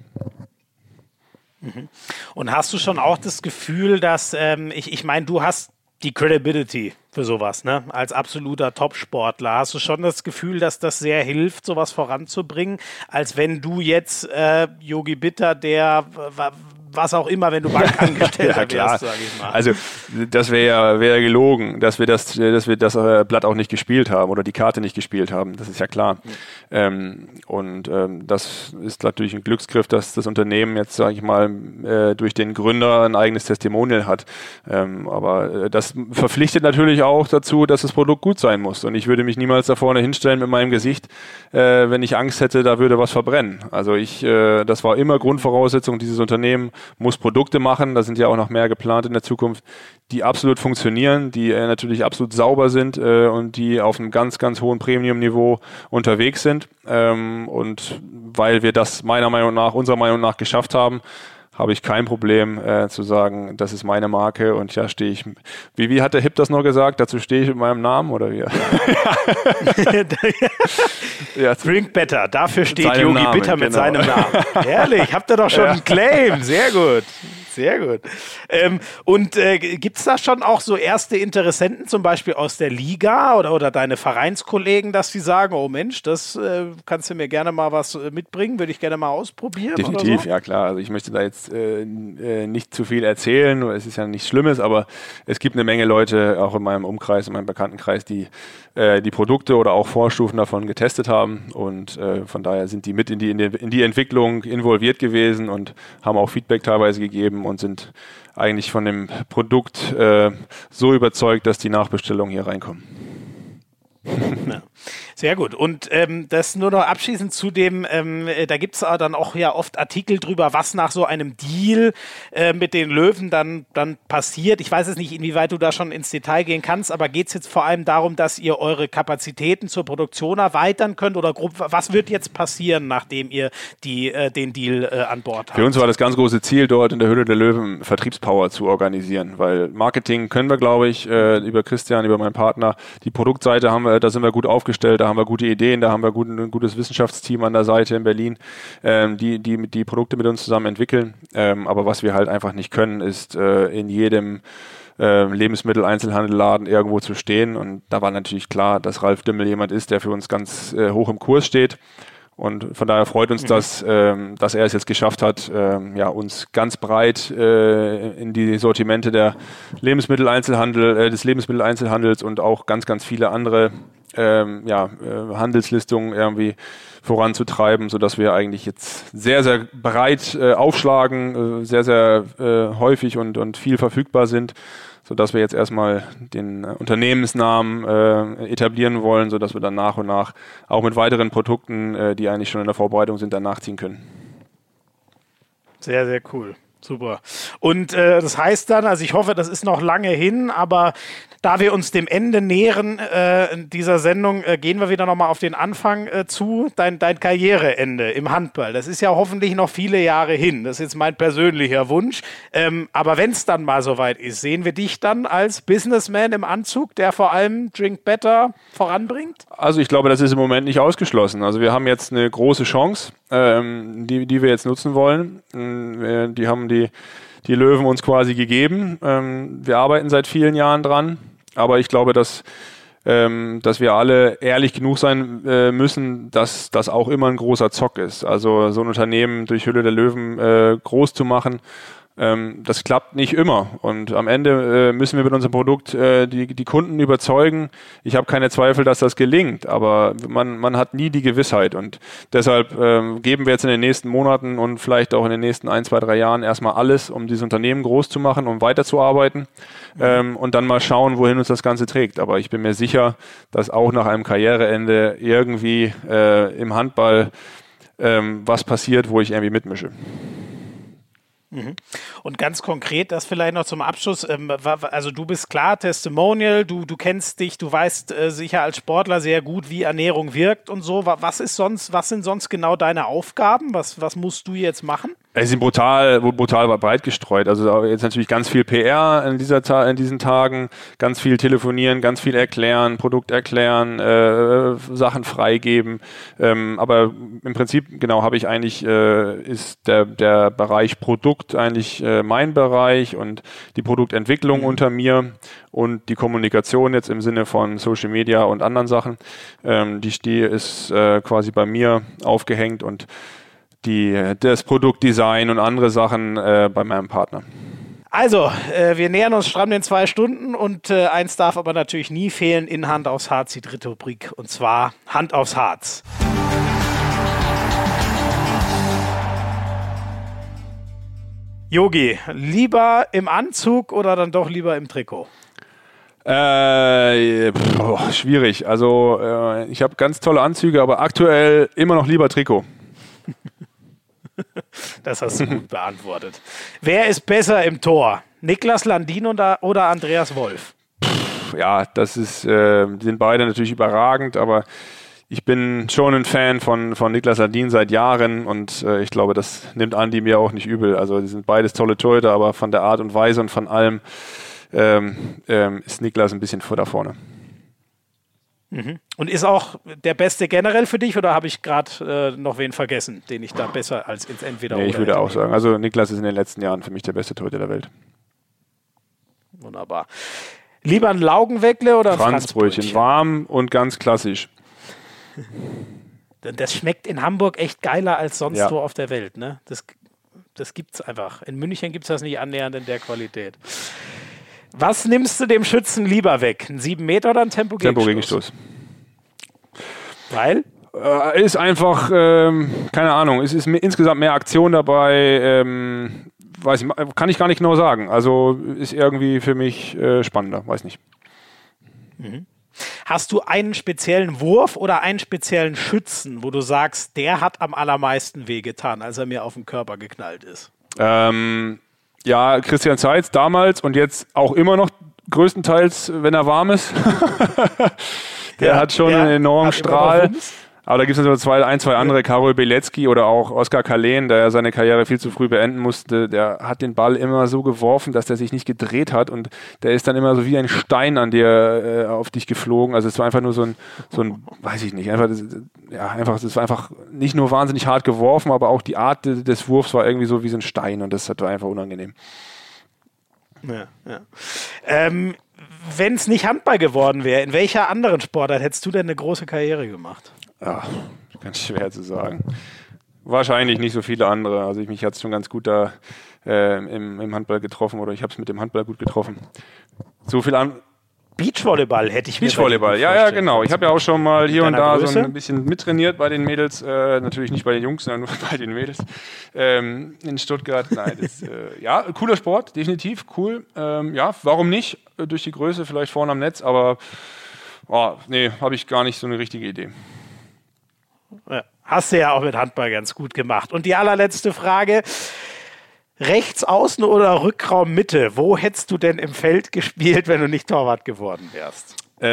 Und hast du schon auch das Gefühl, dass, ich meine, du hast die Credibility für sowas, ne? Als absoluter Top-Sportler. Hast du schon das Gefühl, dass das sehr hilft, sowas voranzubringen, als wenn du jetzt Yogi Bitter, der was auch immer, wenn du Bankangestellter klar. wärst, sage ich mal. Also das wäre gelogen, dass wir das Blatt auch nicht gespielt haben oder die Karte nicht gespielt haben. Das ist ja klar. Das ist natürlich ein Glücksgriff, dass das Unternehmen jetzt, sage ich mal, durch den Gründer ein eigenes Testimonial hat. Aber das verpflichtet natürlich auch dazu, dass das Produkt gut sein muss. Und ich würde mich niemals da vorne hinstellen mit meinem Gesicht, wenn ich Angst hätte, da würde was verbrennen. Also das war immer Grundvoraussetzung. Dieses Unternehmen muss Produkte machen. Da sind ja auch noch mehr geplant in der Zukunft, die absolut funktionieren, die natürlich absolut sauber sind und die auf einem ganz, ganz hohen Premium-Niveau unterwegs sind. Und weil wir das unserer Meinung nach geschafft haben, habe ich kein Problem zu sagen, das ist meine Marke und da stehe ich. Wie hat der Hip das noch gesagt? Dazu stehe ich mit meinem Namen oder wie? Ja, Drink Better, dafür steht seinem Yogi Namen, Bitter mit genau. seinem Namen. Herrlich, habt ihr doch schon einen Claim. Sehr gut. Sehr gut. Gibt es da schon auch so erste Interessenten, zum Beispiel aus der Liga oder deine Vereinskollegen, dass die sagen, oh Mensch, das kannst du mir gerne mal was mitbringen, würde ich gerne mal ausprobieren? Definitiv, oder so? ja klar. Also ich möchte da jetzt nicht zu viel erzählen, es ist ja nichts Schlimmes, aber es gibt eine Menge Leute, auch in meinem Umkreis, in meinem Bekanntenkreis, die die Produkte oder auch Vorstufen davon getestet haben und von daher sind die mit in die Entwicklung involviert gewesen und haben auch Feedback teilweise gegeben und sind eigentlich von dem Produkt so überzeugt, dass die Nachbestellungen hier reinkommen. Ja. Sehr gut. Und das nur noch abschließend zu dem, da gibt es dann auch ja oft Artikel drüber, was nach so einem Deal mit den Löwen dann passiert. Ich weiß es nicht, inwieweit du da schon ins Detail gehen kannst, aber geht es jetzt vor allem darum, dass ihr eure Kapazitäten zur Produktion erweitern könnt oder grob, was wird jetzt passieren, nachdem ihr den Deal an Bord habt? Für uns war das ganz große Ziel, dort in der Höhle der Löwen Vertriebspower zu organisieren, weil Marketing können wir, glaube ich, über Christian, über meinen Partner, die Produktseite da sind wir gut aufgestellt, da haben wir gute Ideen, da haben wir ein gutes Wissenschaftsteam an der Seite in Berlin, die Produkte mit uns zusammen entwickeln. Aber was wir halt einfach nicht können, ist in jedem Lebensmitteleinzelhandelladen irgendwo zu stehen. Und da war natürlich klar, dass Ralf Dümmel jemand ist, der für uns ganz hoch im Kurs steht. Und von daher freut uns das, dass er es jetzt geschafft hat, uns ganz breit in die Sortimente des Lebensmitteleinzelhandels und auch ganz, ganz viele andere Handelslistungen irgendwie voranzutreiben, sodass wir eigentlich jetzt sehr, sehr breit aufschlagen, sehr, sehr häufig und viel verfügbar sind, sodass wir jetzt erstmal den Unternehmensnamen etablieren wollen, sodass wir dann nach und nach auch mit weiteren Produkten, die eigentlich schon in der Vorbereitung sind, dann nachziehen können. Sehr, sehr cool. Super. Und das heißt dann, also ich hoffe, das ist noch lange hin, aber da wir uns dem Ende nähern dieser Sendung, gehen wir wieder nochmal auf den Anfang zu, dein Karriereende im Handball. Das ist ja hoffentlich noch viele Jahre hin. Das ist jetzt mein persönlicher Wunsch. Aber wenn es dann mal soweit ist, sehen wir dich dann als Businessman im Anzug, der vor allem Drink Better voranbringt? Also ich glaube, das ist im Moment nicht ausgeschlossen. Also wir haben jetzt eine große Chance, die wir jetzt nutzen wollen. Die haben die Löwen uns quasi gegeben. Wir arbeiten seit vielen Jahren dran, aber ich glaube, dass wir alle ehrlich genug sein müssen, dass das auch immer ein großer Zock ist. Also so ein Unternehmen durch Höhle der Löwen groß zu machen, das klappt nicht immer. Und am Ende müssen wir mit unserem Produkt die Kunden überzeugen. Ich habe keine Zweifel, dass das gelingt, aber man hat nie die Gewissheit. Und deshalb geben wir jetzt in den nächsten Monaten und vielleicht auch in den nächsten 1, 2, 3 Jahren erstmal alles, um dieses Unternehmen groß zu machen, um weiterzuarbeiten und dann mal schauen, wohin uns das Ganze trägt. Aber ich bin mir sicher, dass auch nach einem Karriereende irgendwie im Handball was passiert, wo ich irgendwie mitmische. Und ganz konkret, das vielleicht noch zum Abschluss, also du bist klar Testimonial, du kennst dich, du weißt sicher als Sportler sehr gut, wie Ernährung wirkt und so. Was sind sonst genau deine Aufgaben? Was musst du jetzt machen? Es sind brutal breit gestreut. Also jetzt natürlich ganz viel PR in diesen Tagen, ganz viel telefonieren, ganz viel erklären, Produkt erklären, Sachen freigeben. Aber im Prinzip, genau, habe ich eigentlich, ist der Bereich Produkt eigentlich mein Bereich und die Produktentwicklung unter mir und die Kommunikation jetzt im Sinne von Social Media und anderen Sachen, die ist quasi bei mir aufgehängt und das Produktdesign und andere Sachen bei meinem Partner. Also, wir nähern uns stramm den 2 Stunden und eins darf aber natürlich nie fehlen in Hand aufs Harz, die dritte Rubrik, und zwar Hand aufs Harz. Yogi, lieber im Anzug oder dann doch lieber im Trikot? Schwierig. Also ich habe ganz tolle Anzüge, aber aktuell immer noch lieber Trikot. Das hast du gut beantwortet. Wer ist besser im Tor? Niklas Landin oder Andreas Wolf? Ja, die sind beide natürlich überragend, aber ich bin schon ein Fan von Niklas Landin seit Jahren und ich glaube, das nimmt Andi mir auch nicht übel. Also die sind beides tolle Torhüter, aber von der Art und Weise und von allem ist Niklas ein bisschen da vorne. Mhm. Und ist auch der Beste generell für dich oder habe ich gerade noch wen vergessen, den ich da besser als ins Entweder-Oder? Nee, ich würde auch sagen, also Niklas ist in den letzten Jahren für mich der beste Torhüter der Welt. Wunderbar. Lieber ein Laugenweckle oder ein Franzbrötchen? Warm und ganz klassisch. Das schmeckt in Hamburg echt geiler als sonst Ja. wo auf der Welt. Ne? Das gibt's einfach. In München gibt es das nicht annähernd in der Qualität. Was nimmst du dem Schützen lieber weg? Ein 7 Meter oder ein Tempo-Gegenstoß? Weil? Ist einfach, keine Ahnung, es ist insgesamt mehr Aktion dabei, weiß ich, kann ich gar nicht genau sagen. Also ist irgendwie für mich spannender, weiß nicht. Mhm. Hast du einen speziellen Wurf oder einen speziellen Schützen, wo du sagst, der hat am allermeisten wehgetan, als er mir auf den Körper geknallt ist? Ja, Christian Zeitz damals und jetzt auch immer noch größtenteils, wenn er warm ist. Der hat schon einen enormen Strahl. Aber da gibt es noch ein, zwei andere, Karol Bielecki oder auch Oskar Kalén, der ja seine Karriere viel zu früh beenden musste. Der hat den Ball immer so geworfen, dass der sich nicht gedreht hat und der ist dann immer so wie ein Stein an dir auf dich geflogen. Also es war einfach nur so ein weiß ich nicht, das war einfach nicht nur wahnsinnig hart geworfen, aber auch die Art des Wurfs war irgendwie so wie so ein Stein und das war einfach unangenehm. Ja. Wenn es nicht Handball geworden wäre, in welcher anderen Sportart hättest du denn eine große Karriere gemacht? Ja, ganz schwer zu sagen. Wahrscheinlich nicht so viele andere. Also mich hat es schon ganz gut da im Handball getroffen oder ich habe es mit dem Handball gut getroffen. So viel an. Beachvolleyball hätte ich mir Beachvolleyball, ja, genau. Ich habe ja auch schon mal hier und da Größe? so ein bisschen mittrainiert bei den Mädels. Natürlich nicht bei den Jungs, sondern nur bei den Mädels. In Stuttgart. Nein, ja, cooler Sport, definitiv, cool. Ja, warum nicht? Durch die Größe vielleicht vorne am Netz, aber nee, habe ich gar nicht so eine richtige Idee. Ja, hast du ja auch mit Handball ganz gut gemacht. Und die allerletzte Frage. Rechts außen oder Rückraum Mitte? Wo hättest du denn im Feld gespielt, wenn du nicht Torwart geworden wärst?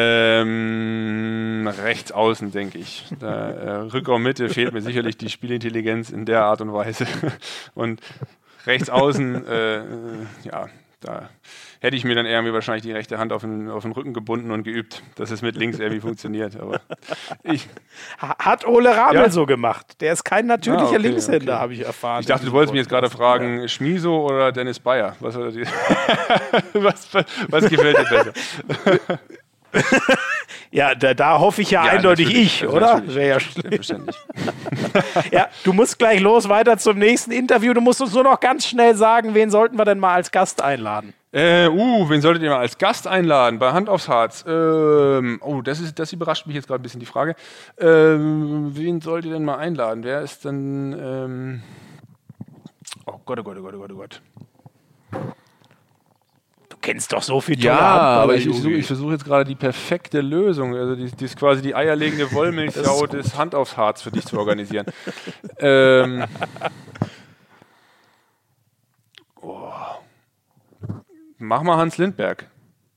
Rechts außen, denke ich. Rückraum Mitte fehlt mir sicherlich die Spielintelligenz in der Art und Weise. Und rechts außen, da hätte ich mir dann irgendwie wahrscheinlich die rechte Hand auf den Rücken gebunden und geübt, dass es mit links irgendwie funktioniert. Aber hat Ole Ramel so gemacht. Der ist kein natürlicher Linkshänder, habe ich erfahren. Ich dachte, du wolltest mich jetzt gerade fragen, Schmiso oder Dennis Bayer? Was gefällt dir besser? Ja, da hoffe ich ja eindeutig ich, oder? Wäre ja schlimm. Ja, du musst gleich los, weiter zum nächsten Interview. Du musst uns nur noch ganz schnell sagen, wen sollten wir denn mal als Gast einladen? Wen solltet ihr mal als Gast einladen? Bei Hand aufs Harz. Das überrascht mich jetzt gerade ein bisschen, die Frage. Wen sollt ihr denn mal einladen? Wer ist denn... Oh Gott. Du kennst doch so viel tolle Handballer, aber ich versuche jetzt gerade die perfekte Lösung, also die ist quasi die eierlegende Wollmilchsau des Hand aufs Harz für dich zu organisieren. Mach mal Hans Lindberg.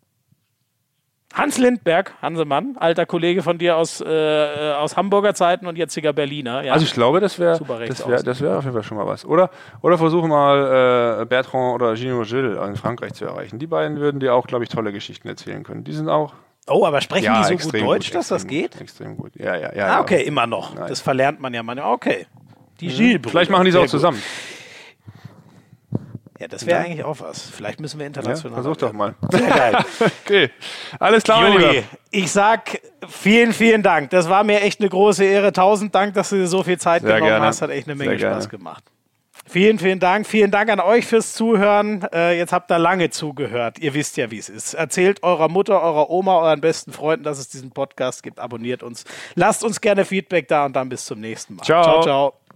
Hans Lindberg, Hansemann, alter Kollege von dir aus Hamburger Zeiten und jetziger Berliner. Ja. Also ich glaube, das wäre auf jeden Fall schon mal was. Oder versuche mal Bertrand oder Gino Gilles in Frankreich zu erreichen. Die beiden würden dir auch, glaube ich, tolle Geschichten erzählen können. Die sind auch... Oh, aber sprechen die so gut Deutsch, dass das geht? Extrem gut, ja. Okay, immer noch. Nein. Das verlernt man ja manchmal. Okay. Die Gilles-Brüder. Vielleicht machen die es auch zusammen. Ja, das wäre eigentlich auch was. Vielleicht müssen wir international. Versuch doch mal. Sehr geil. Okay. Alles klar, mein Lieber. Ich sag Vielen, vielen Dank. Das war mir echt eine große Ehre. 1000 Dank, dass du dir so viel Zeit genommen hast. Hat echt eine Menge Spaß gemacht. Vielen, vielen Dank. Vielen Dank an euch fürs Zuhören. Jetzt habt ihr lange zugehört. Ihr wisst ja, wie es ist. Erzählt eurer Mutter, eurer Oma, euren besten Freunden, dass es diesen Podcast gibt. Abonniert uns. Lasst uns gerne Feedback da und dann bis zum nächsten Mal. Ciao, ciao.